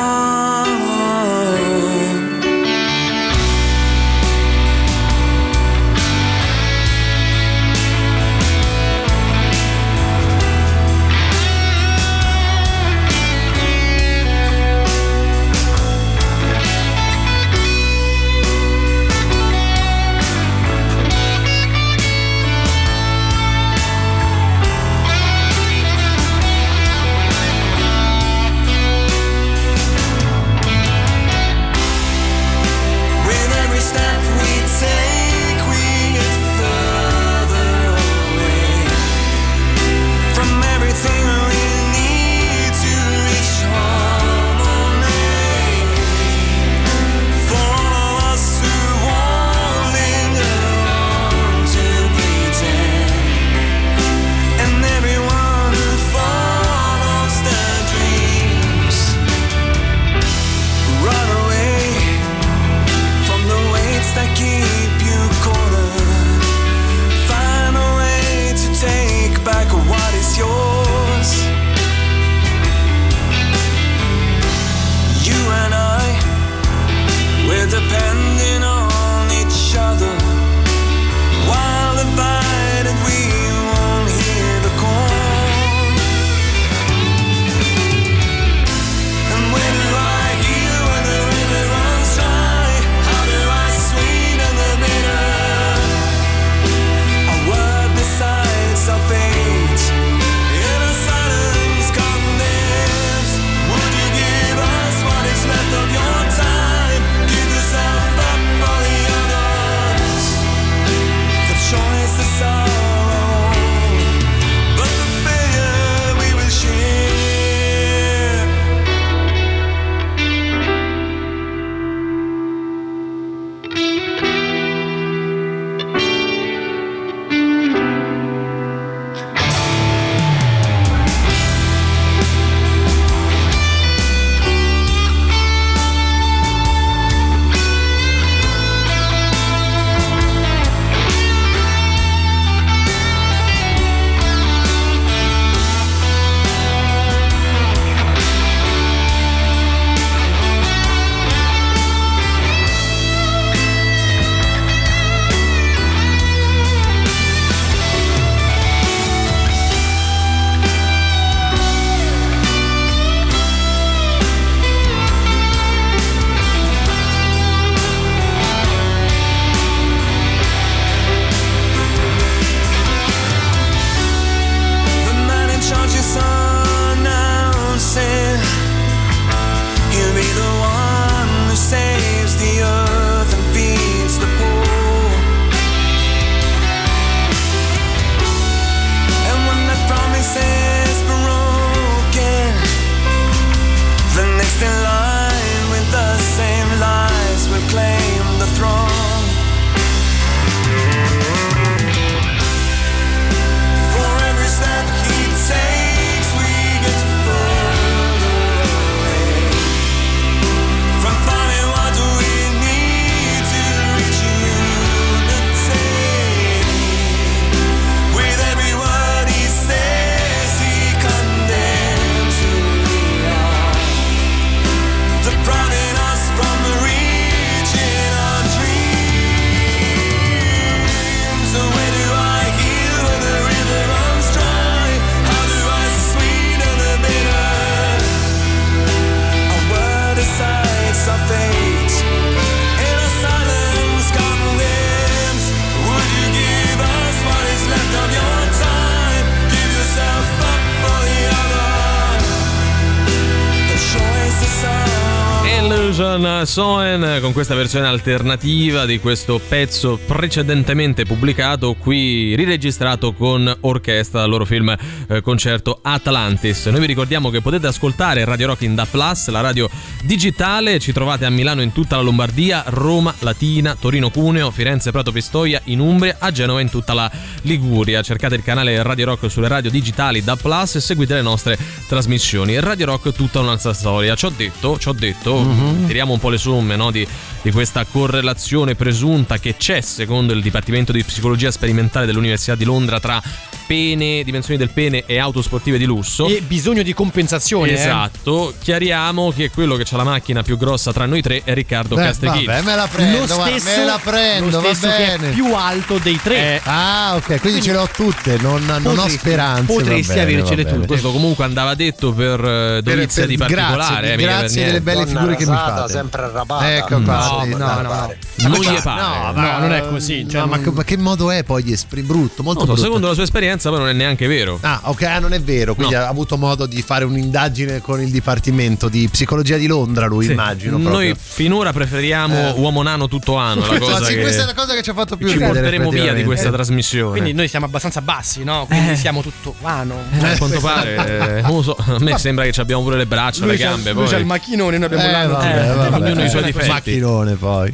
Illusion Soen con questa versione alternativa di questo pezzo precedentemente pubblicato, qui riregistrato con orchestra dal loro film concerto Atlantis. Noi vi ricordiamo che potete ascoltare Radio Rock in DAB+, la radio digitale. Ci trovate a Milano, in tutta la Lombardia, Roma, Latina, Torino, Cuneo, Firenze, Prato, Pistoia, in Umbria, a Genova, in tutta la Liguria. Cercate il canale Radio Rock sulle radio digitali DAB+, e seguite le nostre trasmissioni. Radio Rock, tutta un'altra storia. Ci ho detto, tiriamo un po' le somme, no, di questa correlazione presunta che c'è, secondo il Dipartimento di Psicologia Sperimentale dell'Università di Londra, tra pene, dimensioni del pene e auto sportive di lusso e bisogno di compensazione. Esatto. Chiariamo che quello che ha la macchina più grossa tra noi tre è Riccardo Castrechini. Vabbè, me la prendo, lo stesso che è più alto dei tre. Ok, quindi ce le ho tutte, non ho speranze. Potresti avercele tutte. Questo comunque andava detto per dovizia di particolare. Grazie delle belle figure che mi fate. Sempre arrabata. Ecco qua. No. Non gli pare. No, non è così. Cioè, ma che modo è poi di esprimere? Brutto, molto brutto. Secondo la sua esperienza poi non è neanche vero. Ok, non è vero. Quindi ha avuto modo di fare un'indagine con il Dipartimento di Psicologia di Londra, lui, immagino. Noi finora preferiamo uomo nano tutto anno. Questa è la cosa che ci ha fatto più ridere. Ci porteremo via di questa trasmissione. Quindi noi siamo abbastanza bassi, no? Quindi siamo tutto vano. A quanto pare, non lo so. A me sembra che abbiamo pure le braccia, le gambe. Lui c'ha il macchinone, noi abbiamo l'anno. Ognuno i suoi difetti. Macchinone poi.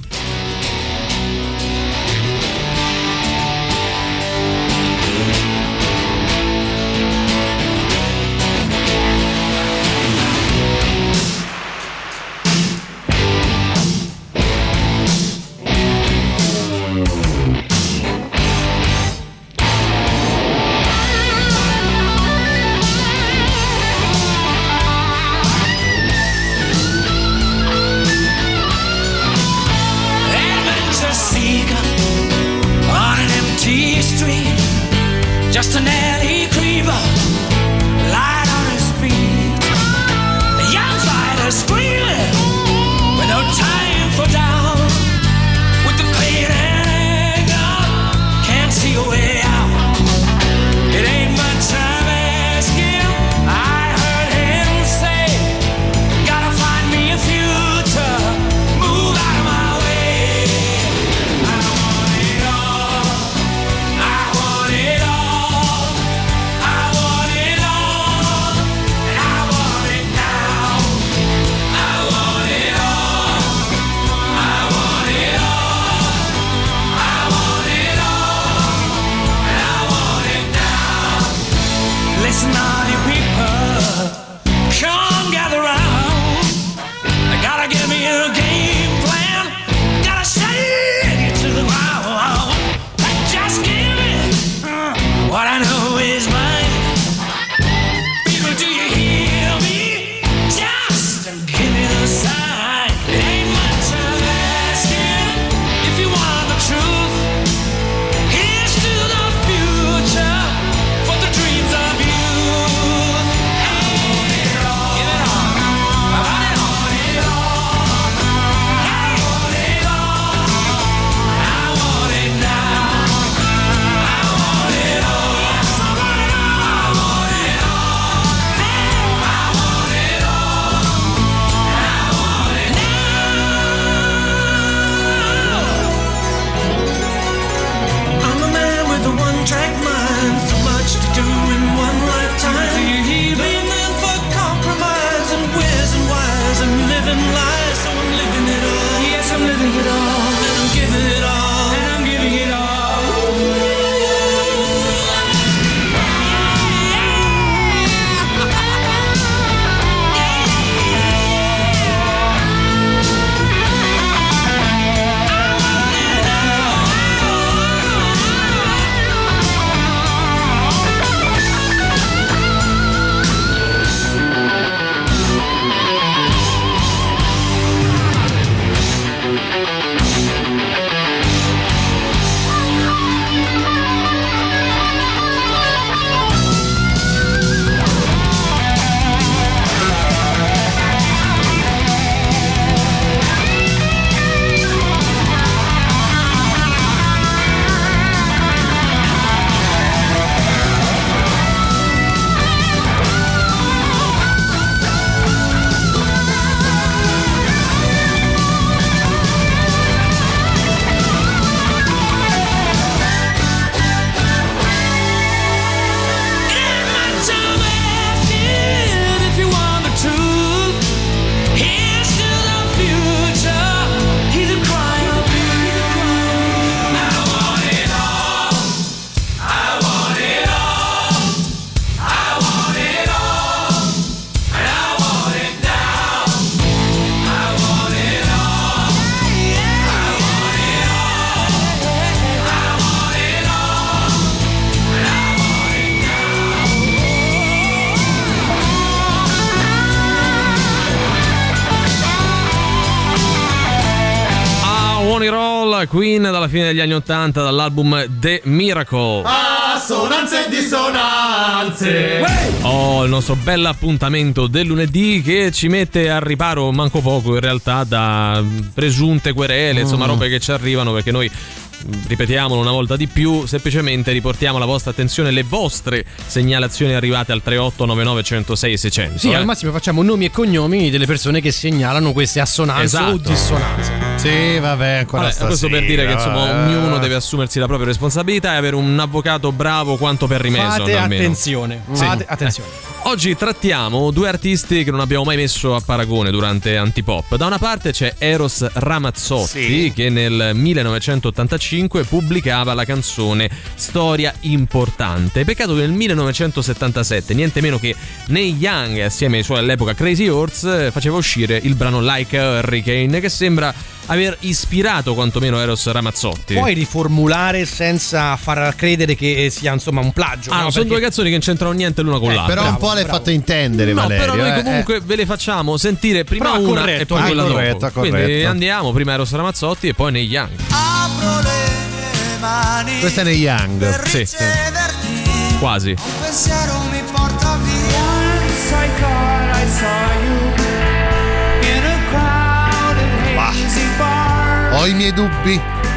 Ronnie Roll, Queen, dalla fine degli anni 80, dall'album The Miracle. Assonanze e dissonanze. Il nostro bell'appuntamento del lunedì che ci mette a riparo manco poco in realtà da presunte querele, insomma robe che ci arrivano, perché noi, ripetiamolo una volta di più, semplicemente riportiamo alla vostra attenzione le vostre segnalazioni arrivate al 3899 106 600. Sì, al massimo facciamo nomi e cognomi delle persone che segnalano queste assonanze o dissonanze. Sì, vabbè, ancora stasera. Questo per dire che insomma ognuno deve assumersi la propria responsabilità e avere un avvocato bravo quanto per rimeso. Fate attenzione. Fate attenzione. Oggi trattiamo due artisti che non abbiamo mai messo a paragone durante Antipop. Da una parte c'è Eros Ramazzotti, che nel 1985 pubblicava la canzone Storia Importante. Peccato che nel 1977 niente meno che Neil Young, assieme ai suoi all'epoca Crazy Horse, faceva uscire il brano Like a Hurricane, che sembra aver ispirato quantomeno Eros Ramazzotti. Puoi riformulare senza far credere che sia insomma un plagio. Sono due canzoni che non c'entrano niente l'una con l'altra. Però un po' l'hai fatto intendere, Valerio. Però noi comunque ve le facciamo sentire prima una corretto, e poi quella dopo. Quindi andiamo, prima Eros Ramazzotti e poi Neil Young. Apro le mie mani. Questa è Neil Young. Sì. Quasi. Un pensiero mi porta via. Once I thought I saw you in a crowded hazy bar. Ho i miei dubbi.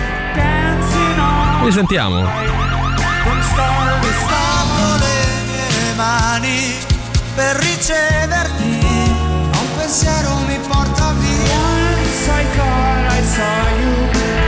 Li sentiamo. Apro le mie mani per riceverti. Un pensiero mi porta via. Once I thought I saw you.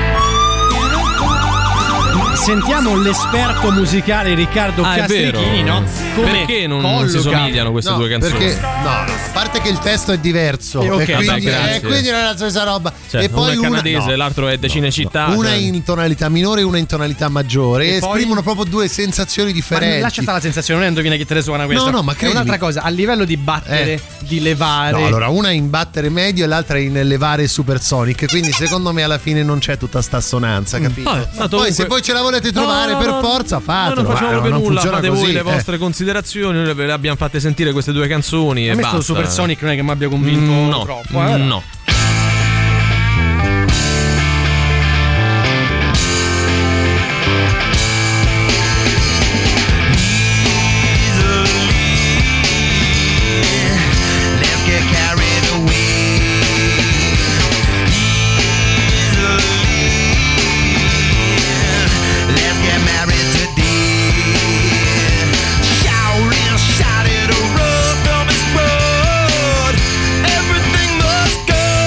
Sentiamo l'esperto musicale Riccardo Castrichini, no? Perché non si somigliano queste due canzoni? Perché a parte che il testo è diverso e quindi non è la stessa roba. Cioè, e poi uno è canadese, l'altro è Decine Città. Una è in tonalità minore e una in tonalità maggiore e esprimono proprio due sensazioni differenti. Ma lascia stare la sensazione, non indovina chi te le suona questa. No, ma è un'altra cosa, a livello di battere, di levare. No, allora una è in battere medio e l'altra è in levare supersonic, quindi secondo me alla fine non c'è tutta sta assonanza, capito? Poi se voi ce la volete trovare per forza fatelo. Non facciamo proprio nulla, fate così, voi le vostre considerazioni, noi ve le abbiamo fatte sentire queste due canzoni e basta. A me Supersonic non è che mi abbia convinto troppo. No. Everything must go.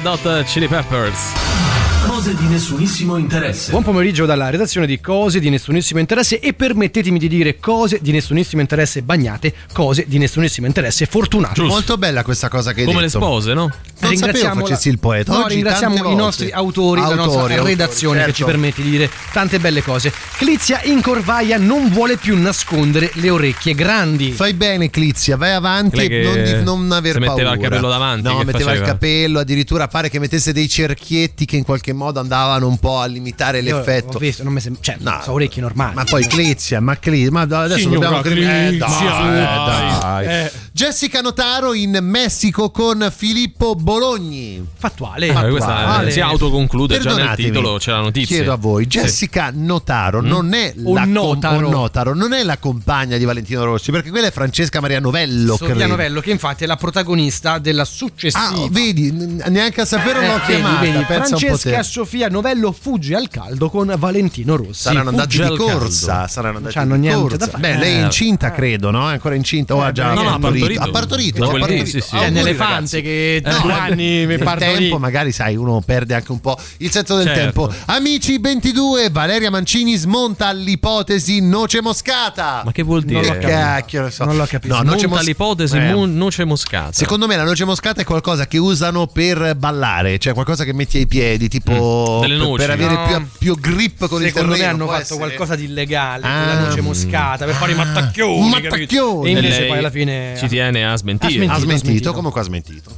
Red Hot Chili Peppers. Cose di nessunissimo interesse. Buon pomeriggio dalla redazione di Cose di nessunissimo interesse e permettetemi di dire cose di nessunissimo interesse bagnate, cose di nessunissimo interesse fortunate. Giusto. Molto bella questa cosa che hai come detto. Le spose, no? Non sapevo facessi il poeta. No, oggi ringraziamo i nostri autori, la nostra redazione, certo, che ci permette di dire tante belle cose. Clizia in Corvaia non vuole più nascondere le orecchie grandi. Fai bene, Clizia, vai avanti e non aver paura. Metteva il capello davanti. No, metteva il capello, addirittura pare che mettesse dei cerchietti che in qualche modo andavano un po' a limitare l'effetto. Ho visto, non mi cioè, no, sono orecchie normali. Ma poi Clizia, ma adesso signora dobbiamo dai. Jessica Notaro in Messico con Filippo Bologni. Fattuale. Questa si autoconclude già nel titolo, c'è la notizia. Chiedo a voi, Jessica Notaro non è Notaro non è la compagna di Valentino Rossi, perché quella è Francesca Maria Novello. Sofia Novello, che infatti è la protagonista della successiva. Vedi, neanche a sapere l'ho chiamata. Vedi, Francesca Sofia Novello fugge al caldo con Valentino Rossi. Saranno andati di corsa. Beh, lei è incinta, credo, no? È ancora incinta o ha già ha partorito. È un elefante che 2 anni mi partorì. Il tempo, magari sai, uno perde anche un po' il senso del tempo. Amici 22, Valeria Mancini smonta l'ipotesi noce moscata. Ma che vuol dire? Che cacchio, non so. Non l'ho capito. Smonta l'ipotesi noce moscata. Secondo me la noce moscata è qualcosa che usano per ballare, cioè qualcosa che metti ai piedi, tipo delle noci, per avere più grip con il terreno. Secondo me hanno fatto qualcosa di illegale con la noce moscata per fare i mattacchioni. E invece poi alla fine ci tiene a smentire. Ha smentito, comunque ha smentito.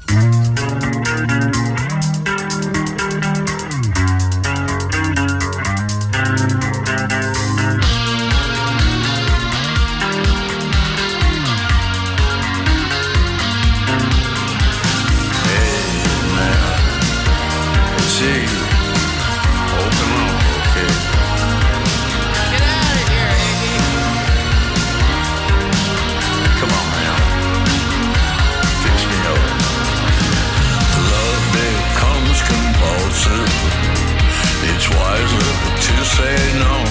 Say no.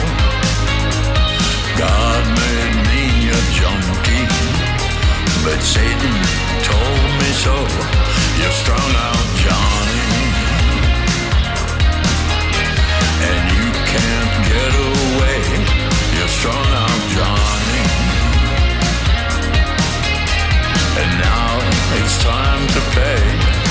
God made me a junkie, but Satan told me so. You're strung out, Johnny, and you can't get away. You're strung out, Johnny, and now it's time to pay.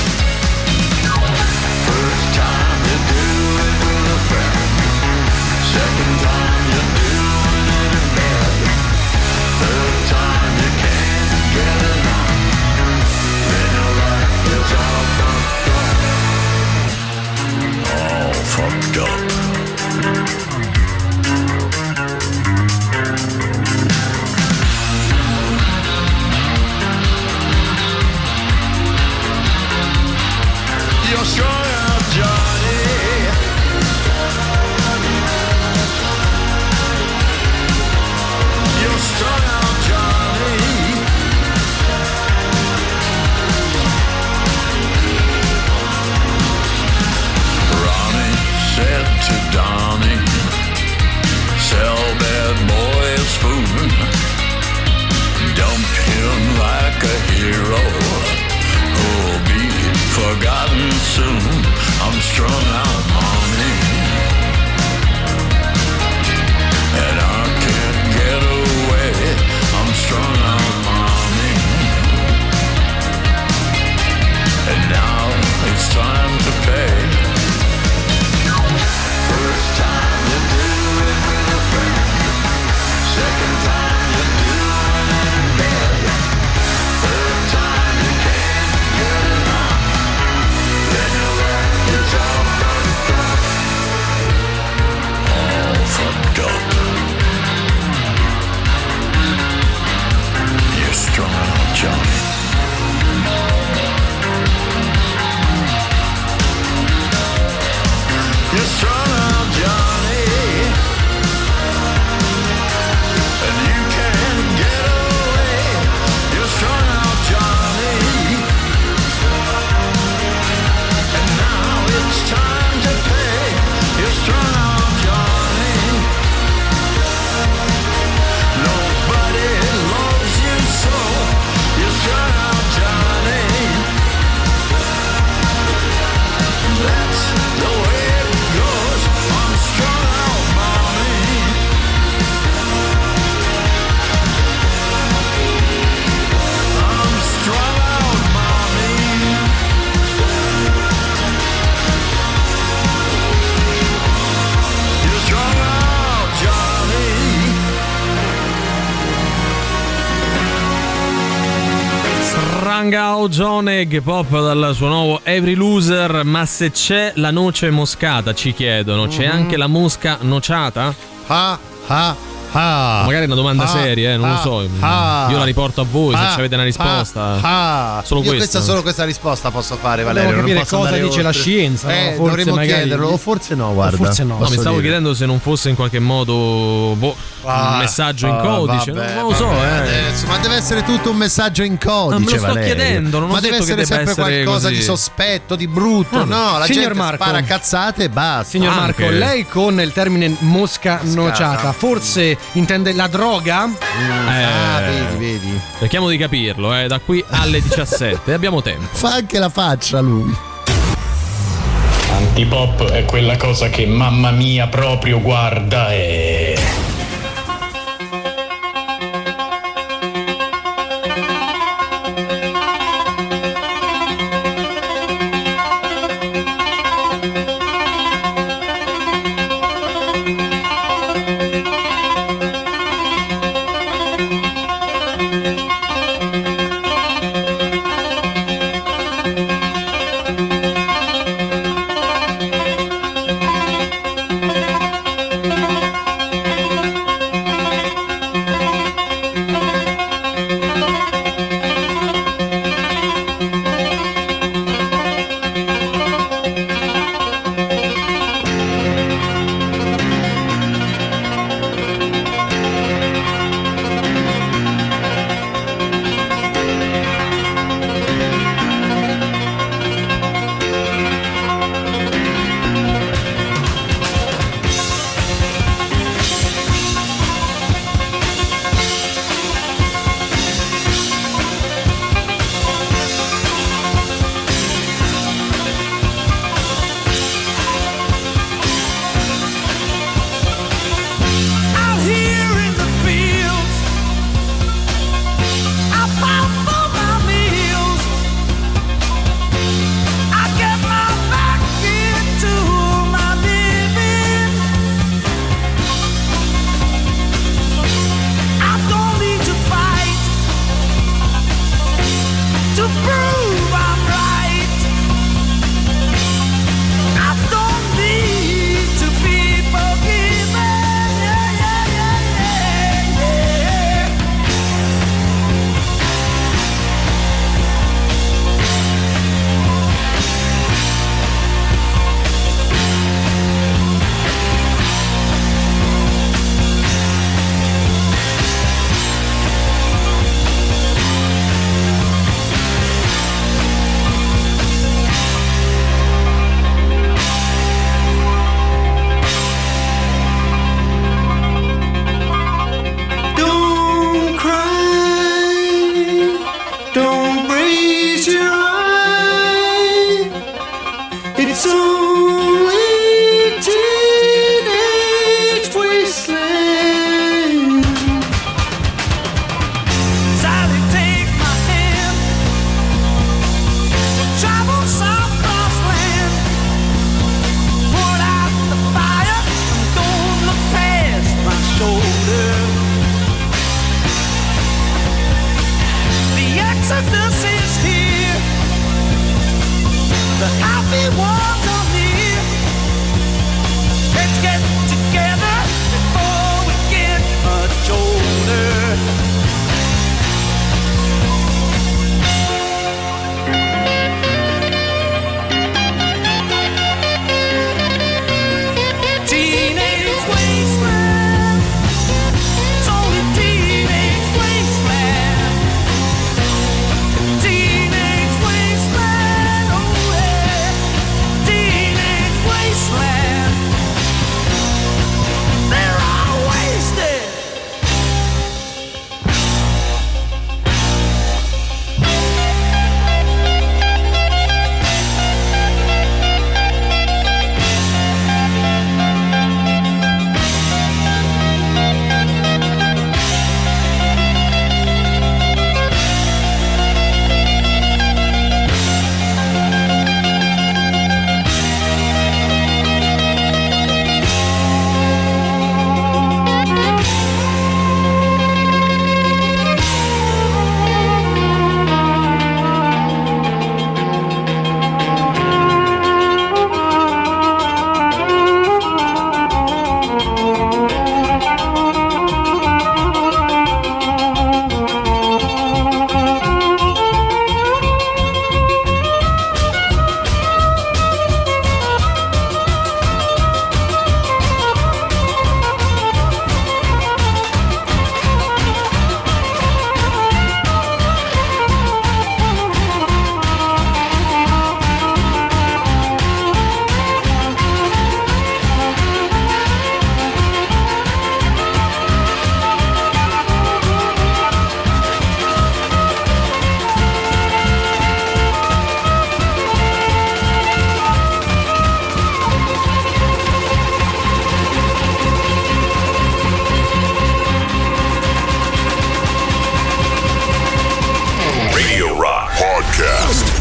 First time you do it with a friend, second time you do it in bed, third time you can't get enough, then your life is all fucked up. All fucked up. You're strung out, Johnny. You're strung out, Johnny. Ronnie said to Donnie, sell bad boy a spoon, dump him like a hero, who'll be forgotten soon. I'm strung out, mommy, and I can't get away. I'm strung out, mommy, and now it's time to pay. First time you do it with a friend, second time you do it in bed, third time you can't get enough, then your life is all fucked Rangao, John Egg Pop dal suo nuovo Every Loser. Ma se c'è la noce moscata, ci chiedono, c'è anche la mosca nociata? Magari è una domanda seria, non lo so. Io la riporto a voi se avete una risposta. Solo solo questa risposta posso fare, Valerio. Dobbiamo non capire cosa dice oltre. La scienza. Forse dovremmo chiederlo, o forse no, guarda. Forse no. Mi stavo chiedendo se non fosse in qualche modo un messaggio in codice. Vabbè, non lo so, adesso, ma deve essere tutto un messaggio in codice. Me lo sto Valerio. chiedendo, non ho ma detto deve essere che sempre qualcosa così. di sospetto, di brutto. No, la Signor gente Marco, spara cazzate e basta. Signor Marco, lei con il termine mosca nociata forse intende la droga? Vedi. Cerchiamo di capirlo, da qui alle 17. Abbiamo tempo. Fa anche la faccia lui. Antipop è quella cosa che mamma mia proprio guarda e...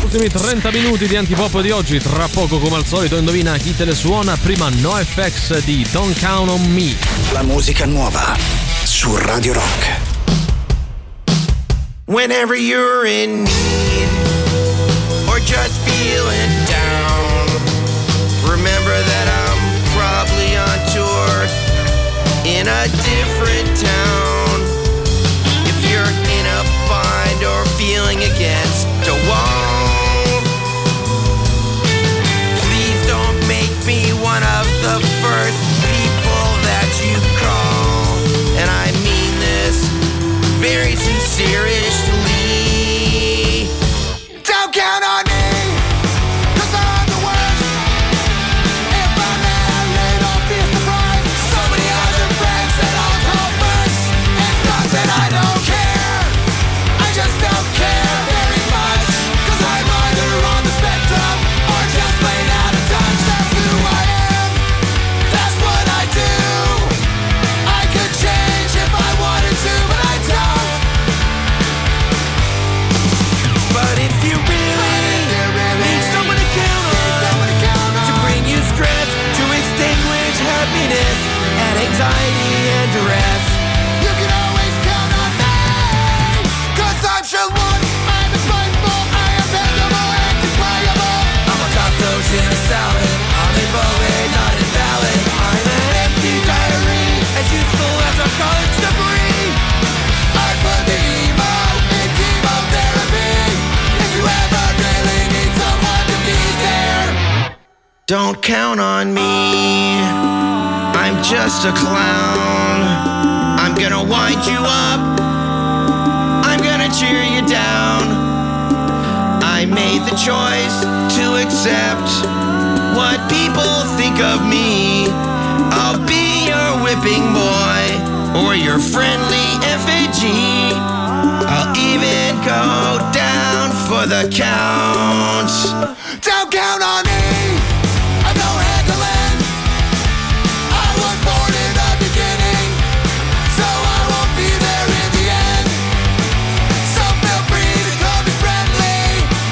ultimi 30 minuti di Antipop di oggi. Tra poco, come al solito, indovina chi te le suona. Prima NoFX di Don't Count on Me. La musica nuova su Radio Rock. Whenever you're in need or just feeling down, remember that I'm probably on tour in a different town. If you're in a bind or feeling against a wall, please don't make me one of the first people that you call. And I mean this very sincerely. Don't count on me, 'cause I'm the worst. If I'm married, don't be surprised. So many other friends that I'll call first. It's not that I don't care, I just don't care very much. 'Cause I'm either on the spectrum or just plain out of touch. That's who I am, that's what I do. I could change if I wanted to, but I don't. But if you really need someone to count on, to bring you stress, to extinguish happiness and anxiety and duress, you can always count on me. 'Cause I'm Shalom, I'm spiteful, I am bendable and deployable. I'm a cockroach in a salad, I'm a poet, not invalid. I'm an empty diary, as useful as our college debris. I put the emo in chemotherapy. If you ever really need someone to be there, don't count on me, I'm just a clown. I'm gonna wind you up, I'm gonna cheer you down. I made the choice to accept what people think of me. I'll be your whipping boy or your friendly effigy. I'll even go down for the count. Don't count on me, I'm no handling. I was born in the beginning, so I won't be there in the end. So feel free to call me friendly.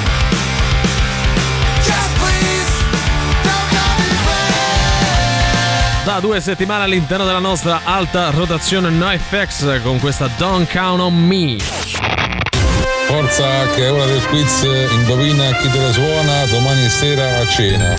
Just please, don't call me friend. Da 2 settimane all'interno della nostra alta rotazione NoFX con questa Don't Count on Me. Forza che è ora del quiz, indovina chi te le suona domani sera a cena.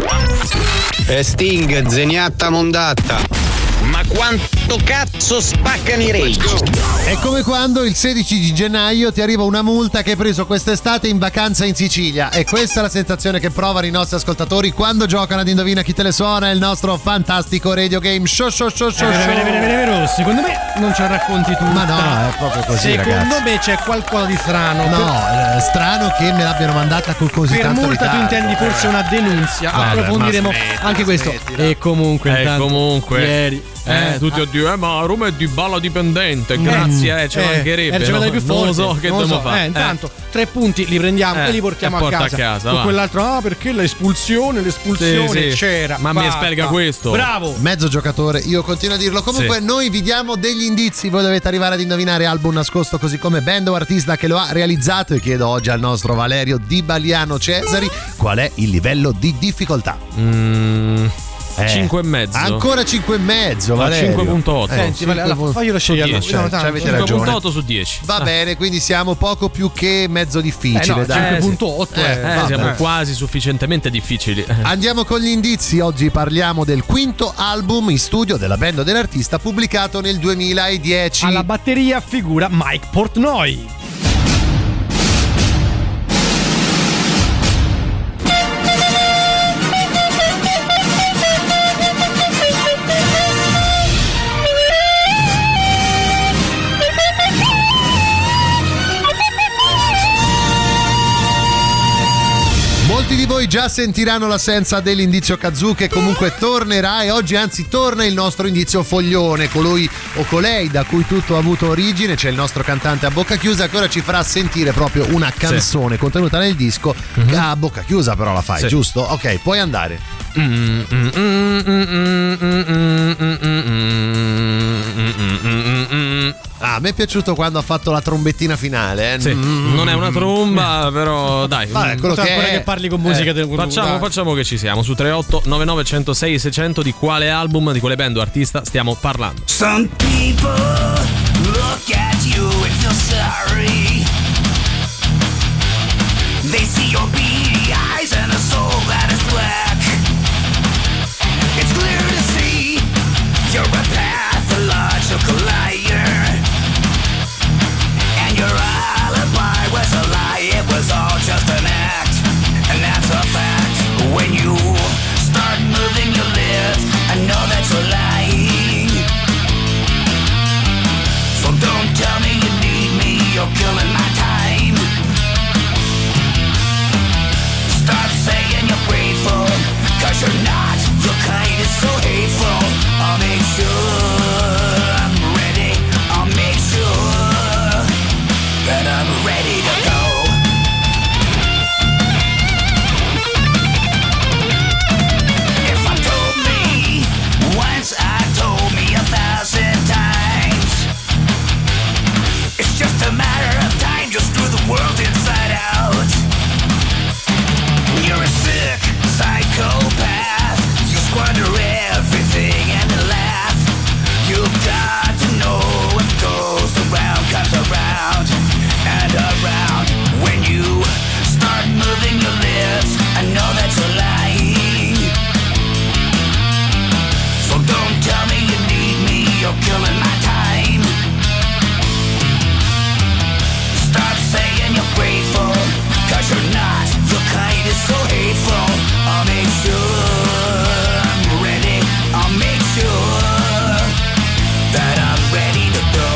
Sting, zeniatta mondatta. Ma quanto cazzo spaccano i Rage? È come quando il 16 di gennaio ti arriva una multa che hai preso quest'estate in vacanza in Sicilia. E questa è la sensazione che provano i nostri ascoltatori quando giocano ad Indovina chi te le suona, il nostro fantastico radio game show. Vero, secondo me non ce la racconti tu. Ma no, è proprio così, secondo ragazzi. me c'è qualcosa di strano. No, è strano che me l'abbiano mandata con così per tanto multa ritardo. tu intendi forse una denunzia. Vabbè, approfondiremo anche questo. E comunque ieri tutti oddio, ma Roma è di balla dipendente, grazie, ci mancherebbe. C'è più forte. Non lo so che dobbiamo fare. Intanto 3 punti li prendiamo e li portiamo a casa. Con quell'altro, perché l'espulsione sì. c'era. Ma mi spiega questo. Bravo. Mezzo giocatore, io continuo a dirlo. Comunque noi vi diamo degli indizi, voi dovete arrivare ad indovinare album nascosto così come band o artista che lo ha realizzato, e chiedo oggi al nostro Valerio Di Baliano Cesari qual è il livello di difficoltà. 5,5. Ancora 5,5, Valerio. 5,8. Senti, faglielo scegliere. Avete ragione. 5,8 su 10. Va bene, quindi siamo poco più che mezzo difficile. 5,8. Siamo quasi sufficientemente difficili. Andiamo con gli indizi. Oggi parliamo del quinto album in studio della band o dell'artista pubblicato nel 2010. Alla batteria figura Mike Portnoy. Molti di voi già sentiranno l'assenza dell'indizio kazoo, che comunque tornerà, e oggi anzi torna il nostro indizio foglione, colui o colei da cui tutto ha avuto origine. C'è il nostro cantante a bocca chiusa che ora ci farà sentire proprio una canzone contenuta nel disco. A bocca chiusa però la fai, giusto? Ok, puoi andare. A me è piaciuto quando ha fatto la trombettina finale. Sì, non è una tromba, però dai. Quello che parli con musica del facciamo che ci siamo. Su 38 99 106 600 di quale album, di quale band o artista stiamo parlando. Some people look at you and feel sorry. They see your beady eyes and a soul that is black. It's clear to see you're a pathological liar. And your alibi was a lie, it was all just an act. And that's a fact. When you start moving your lips, I know that you're lying. So don't tell me you need me, you're killing my time. Stop saying you're grateful, 'cause you're not. Your kind is so hateful. I'll make sure I'm ready. I'll make sure that I'm ready to go. If I told me once, I told me 1,000 times. It's just a matter of time, just through the world inside out. You're a sick psychopath. You squander everything and laugh. You've got to know what goes around comes around and around. When you start moving your lips, I know that you're lying. So don't tell me you need me, you're killing my time. Stop saying you're grateful, 'cause you're not. Your kind is so hateful. I'll make sure I'm ready. I'll make sure that I'm ready to go.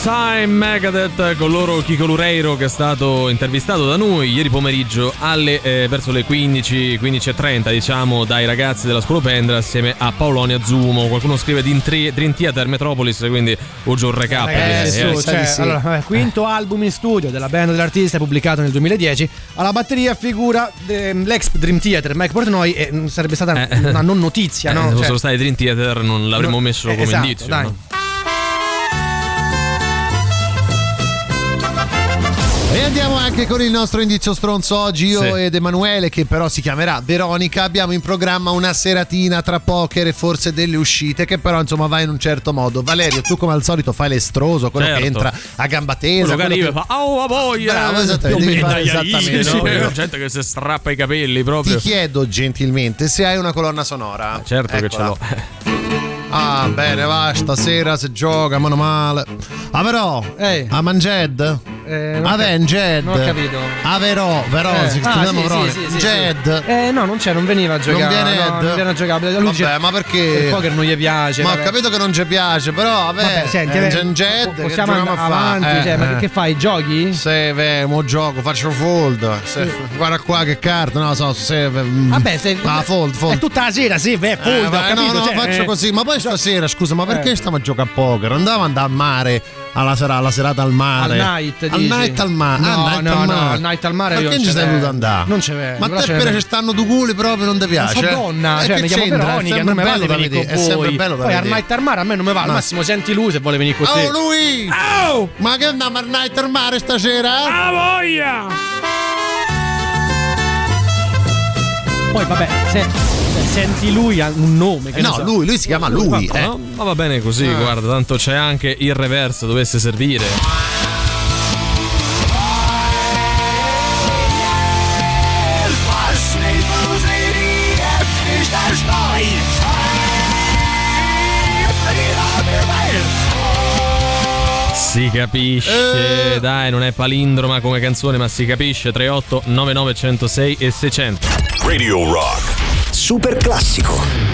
Time, Megadeth, con loro Kiko Loureiro, che è stato intervistato da noi ieri pomeriggio verso le 15:30, diciamo, dai ragazzi della Scuola Pendra assieme a Paolonia Zumo. Qualcuno scrive di Dream Theater Metropolis, quindi oggi un recap. Allora, quinto album in studio della band dell'artista, pubblicato nel 2010. Alla batteria figura l'ex Dream Theater Mike Portnoy, e sarebbe stata una non notizia, no? Se fossero stati Dream Theater non l'avremmo messo come esatto, indizio, dai. No? E andiamo anche con il nostro indizio stronzo oggi. Io ed Emanuele, che però si chiamerà Veronica, abbiamo in programma una seratina tra poker e forse delle uscite, che però insomma va in un certo modo. Valerio, tu come al solito fai l'estroso, quello che entra a gamba tesa, quello che fa a voglia. Bravo, esattamente, devi fare esattamente, no? Gente che si strappa i capelli proprio. Ti chiedo gentilmente se hai una colonna sonora. Certo. Eccola. Che ce l'ho. Ah, bene, va, stasera si gioca, meno male. Ah, però, a Manged? Avenged? Non ho capito. Ah, Verò, si chiama Jed? No, non c'è, non veniva a giocare. Non viene a giocare. Vabbè, ma perché? Il poker non gli piace. Ma ho capito che non ci piace, però vabbè, senti, Jed, possiamo andare avanti. Ma che fai? Giochi? Mo gioco, faccio fold. Guarda qua che carta, no, vabbè, fold. È tutta la sera, fold, ho capito. No, faccio così, ma poi stasera, scusa, ma perché stiamo a giocare a poker? Andavo andare al mare, alla serata al mare. Al night al mare. Al night al mare. Ma che ci stai voluto andare? Non c'è. Ma te per ci stanno due culi proprio non ti piace? Ma donna, cioè mi chiamo Veronica, non mi vale venire con voi. È sempre bello da vedere. Poi al night al mare a me non mi va, al massimo senti lui se vuole venire con te. Oh lui! Ma che andiamo al night al mare stasera? Ah voglia! Poi vabbè, senti lui ha un nome. Che no, lui si chiama lui. No? Ma va bene così, guarda, tanto c'è anche il reverse, dovesse servire. Si capisce, dai, non è palindroma come canzone, ma si capisce. 38 99 106 e 600. Radio Rock Super classico.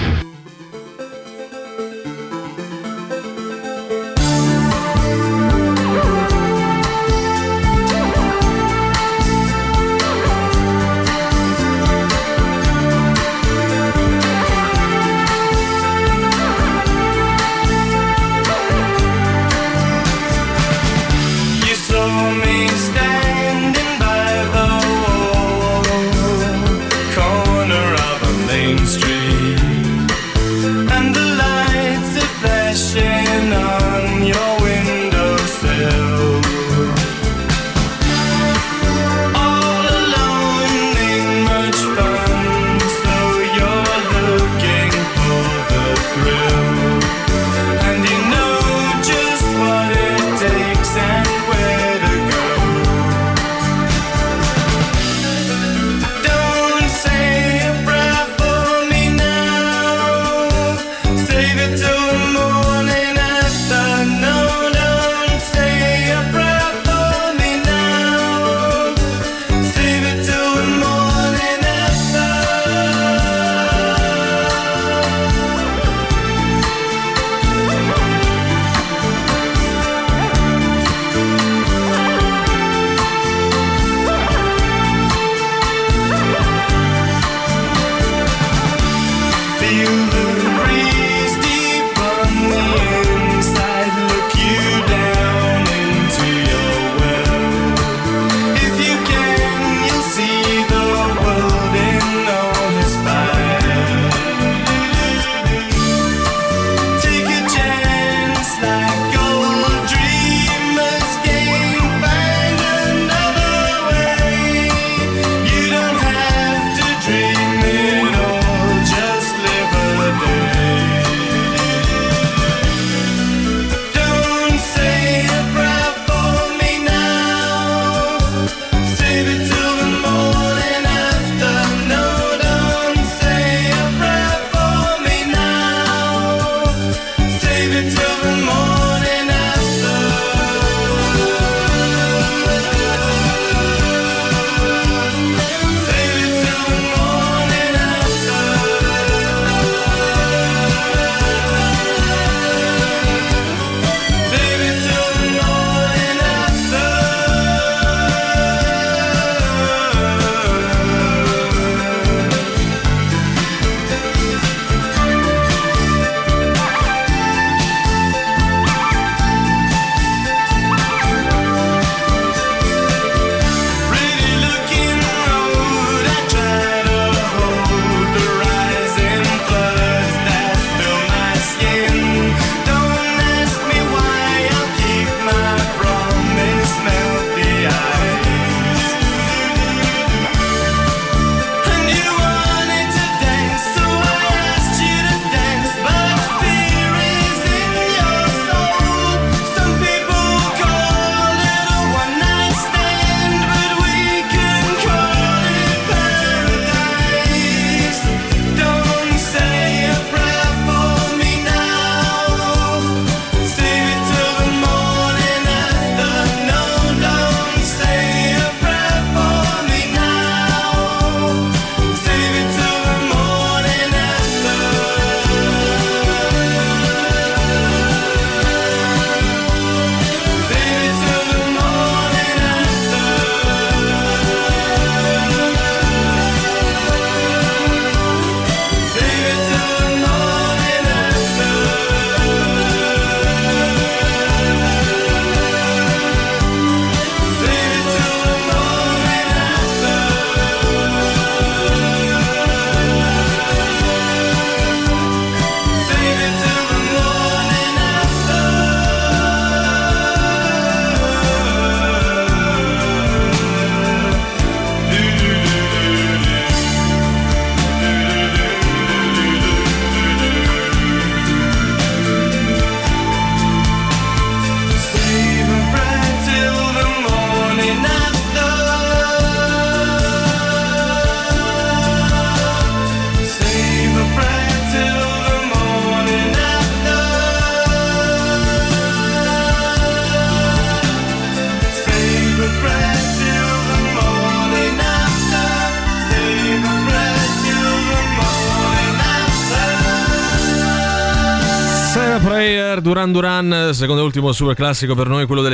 Thriller, Duran Duran, secondo e ultimo super classico per noi, quello delle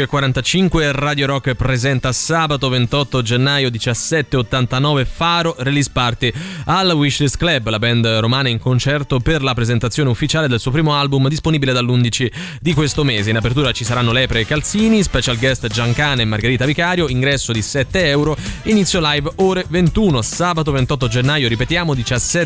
16.45. Radio Rock presenta sabato 28 gennaio 17:89 Faro Release Party al Wishlist Club. La band romana in concerto per la presentazione ufficiale del suo primo album, disponibile dall'11 di questo mese. In apertura ci saranno Lepre e Calzini, special guest Giancana e Margherita Vicario, ingresso di €7, inizio live ore 21, sabato 28 gennaio, ripetiamo,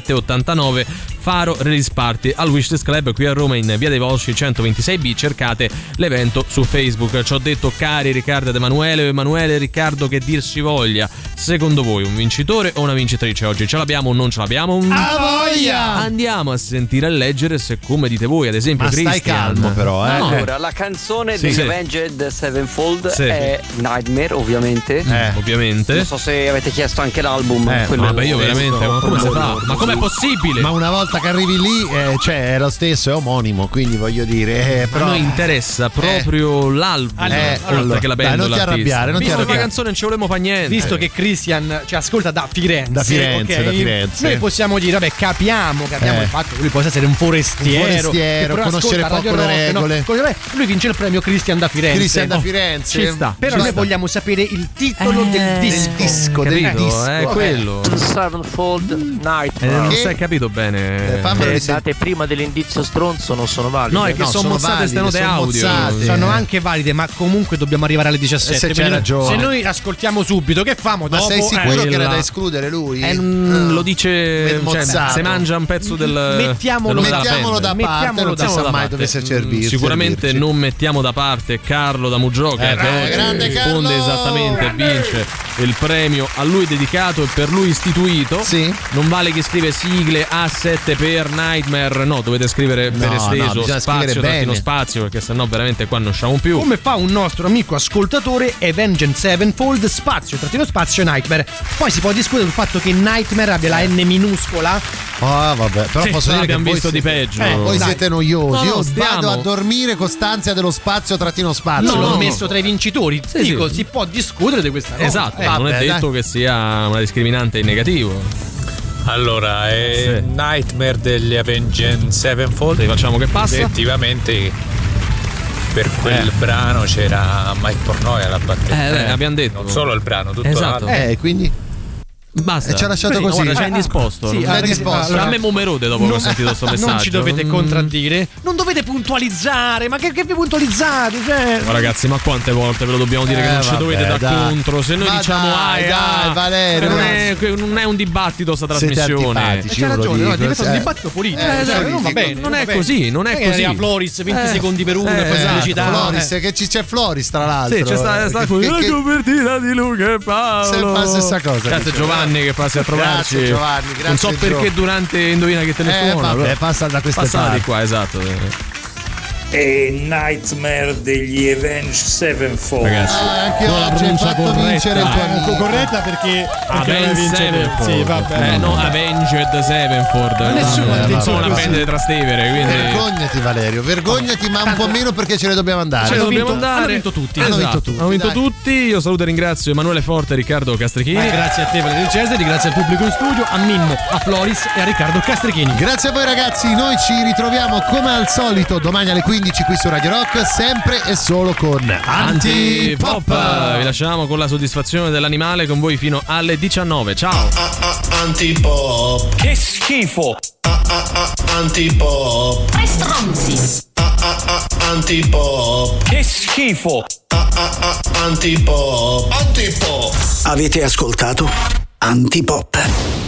17:89 Faro Release Party al Wishlist Club qui a Roma in via dei Volsci 126B. Cercate l'evento su Facebook. Ci ho detto, cari Riccardo ed Emanuele e Riccardo, che dir si voglia, secondo voi un vincitore o una vincitrice oggi? Ce l'abbiamo o non ce l'abbiamo? A voglia! Andiamo a sentire e leggere se, come dite voi, ad esempio, ma Christian. stai calmo però, No. Allora, la canzone degli Avenged Sevenfold è Nightmare, ovviamente. Ovviamente. Non so se avete chiesto anche l'album. Vabbè, io veramente, ma come si fa? Ma com'è possibile? Ma una volta che arrivi lì, cioè è lo stesso, è omonimo, quindi voglio dire, però a noi interessa proprio l'album, oltre che la band. Non ti arrabbiare, non ti Visto arrabbiare. che la canzone non ci volevamo fare niente. Visto che Christian ci ascolta da Firenze, okay, da Firenze, noi possiamo dire, vabbè, capiamo il fatto che lui possa essere un forestiero, conoscere poco le regole. Lui vince il premio Christian da Firenze. Christian da Firenze. Ci sta. Però noi vogliamo sapere il titolo del disco. È quello. Sevenfold Nightmare. Non si è capito bene. Le date prima dell'indizio stronzo non sono valide. No, è che sono mozzate queste note audio. Sono anche valide, ma comunque dobbiamo arrivare alle 17. Se c'è ragione. Se noi ascoltiamo subito, che famo dopo? Ma sei sicuro che era da escludere lui? Lo dice, se mangia un pezzo del mettiamolo da parte, non si sa mai dove si servirsi. Sicuramente non mettiamo da parte Carlo da Mugioca, che risponde esattamente e vince il premio a lui dedicato e per lui istituito. Sì. Non vale chi scrive sigle A7 per Nightmare, no, dovete scrivere per esteso spazio trattino spazio, perché sennò veramente qua non usciamo più. Come fa un nostro amico ascoltatore, Avenged Sevenfold spazio trattino spazio Nightmare. Poi si può discutere sul fatto che Nightmare abbia la N minuscola. Vabbè, però posso dire che abbiamo visto di peggio. Voi siete noiosi. No, Io vado a dormire con stanzia dello spazio trattino spazio. L'ho messo tra i vincitori. Dico, si può discutere di questa cosa. Esatto, non è detto che sia una discriminante in negativo. Allora, è Nightmare degli Avenged Sevenfold. Facciamo che passa. Effettivamente per quel brano c'era Mike Pornoy alla batteria. Abbiamo detto. Non solo il brano, tutto l'altro. Quindi basta. E ci ha lasciato così. Guarda, c'è indisposto. Allora, a me Mumerode dopo che ho sentito questo messaggio. Non ci dovete contraddire. Non dovete puntualizzare. Ma che vi puntualizzate? Ma ragazzi, ma quante volte ve lo dobbiamo dire che non ci dovete dar contro? Se noi diciamo dai, Valerio, non è un dibattito sta trasmissione. C'ha ragione, no, diventa un dibattito politico. Non va bene. Non è così, non è così. A Floris 20 secondi per uno, poi pubblicità. Floris, che c'è Floris tra l'altro. Sì, c'è sta la copertina di Luca e Paolo. Sempre la stessa cosa. Grazie Giovanni che passi a trovarci. Grazie Giovanni, grazie. Non so perché durante Indovina che te ne suona. Vabbè, passa da questa parte. Di qua, esatto. È Nightmare degli Avenged Sevenfold. Ragazzi, anche oggi hai fatto vincere il tuo amico. Corretta perché Avenged Sevenfold. Sì, vabbè. No, Avenged Sevenfold. Nessuno sono una band di Trastevere, quindi vergognati Valerio, vergognati, ma un po' meno perché ce ne dobbiamo andare. Hanno vinto tutti. Hanno vinto tutti. Io saluto e ringrazio Emanuele Forte e Riccardo Castrichini. Grazie a te Valerio Cesari, grazie al pubblico in studio, a Mimmo, a Floris e a Riccardo Castrichini. Grazie a voi ragazzi, noi ci ritroviamo come al solito domani alle 15 qui su Radio Rock, sempre e solo con Antipop. Vi lasciamo con la soddisfazione dell'animale con voi fino alle 19. Ciao. Antipop. Che schifo. Antipop. Tre stronzi. Antipop. Che schifo. Antipop. Antipop. Avete ascoltato Antipop.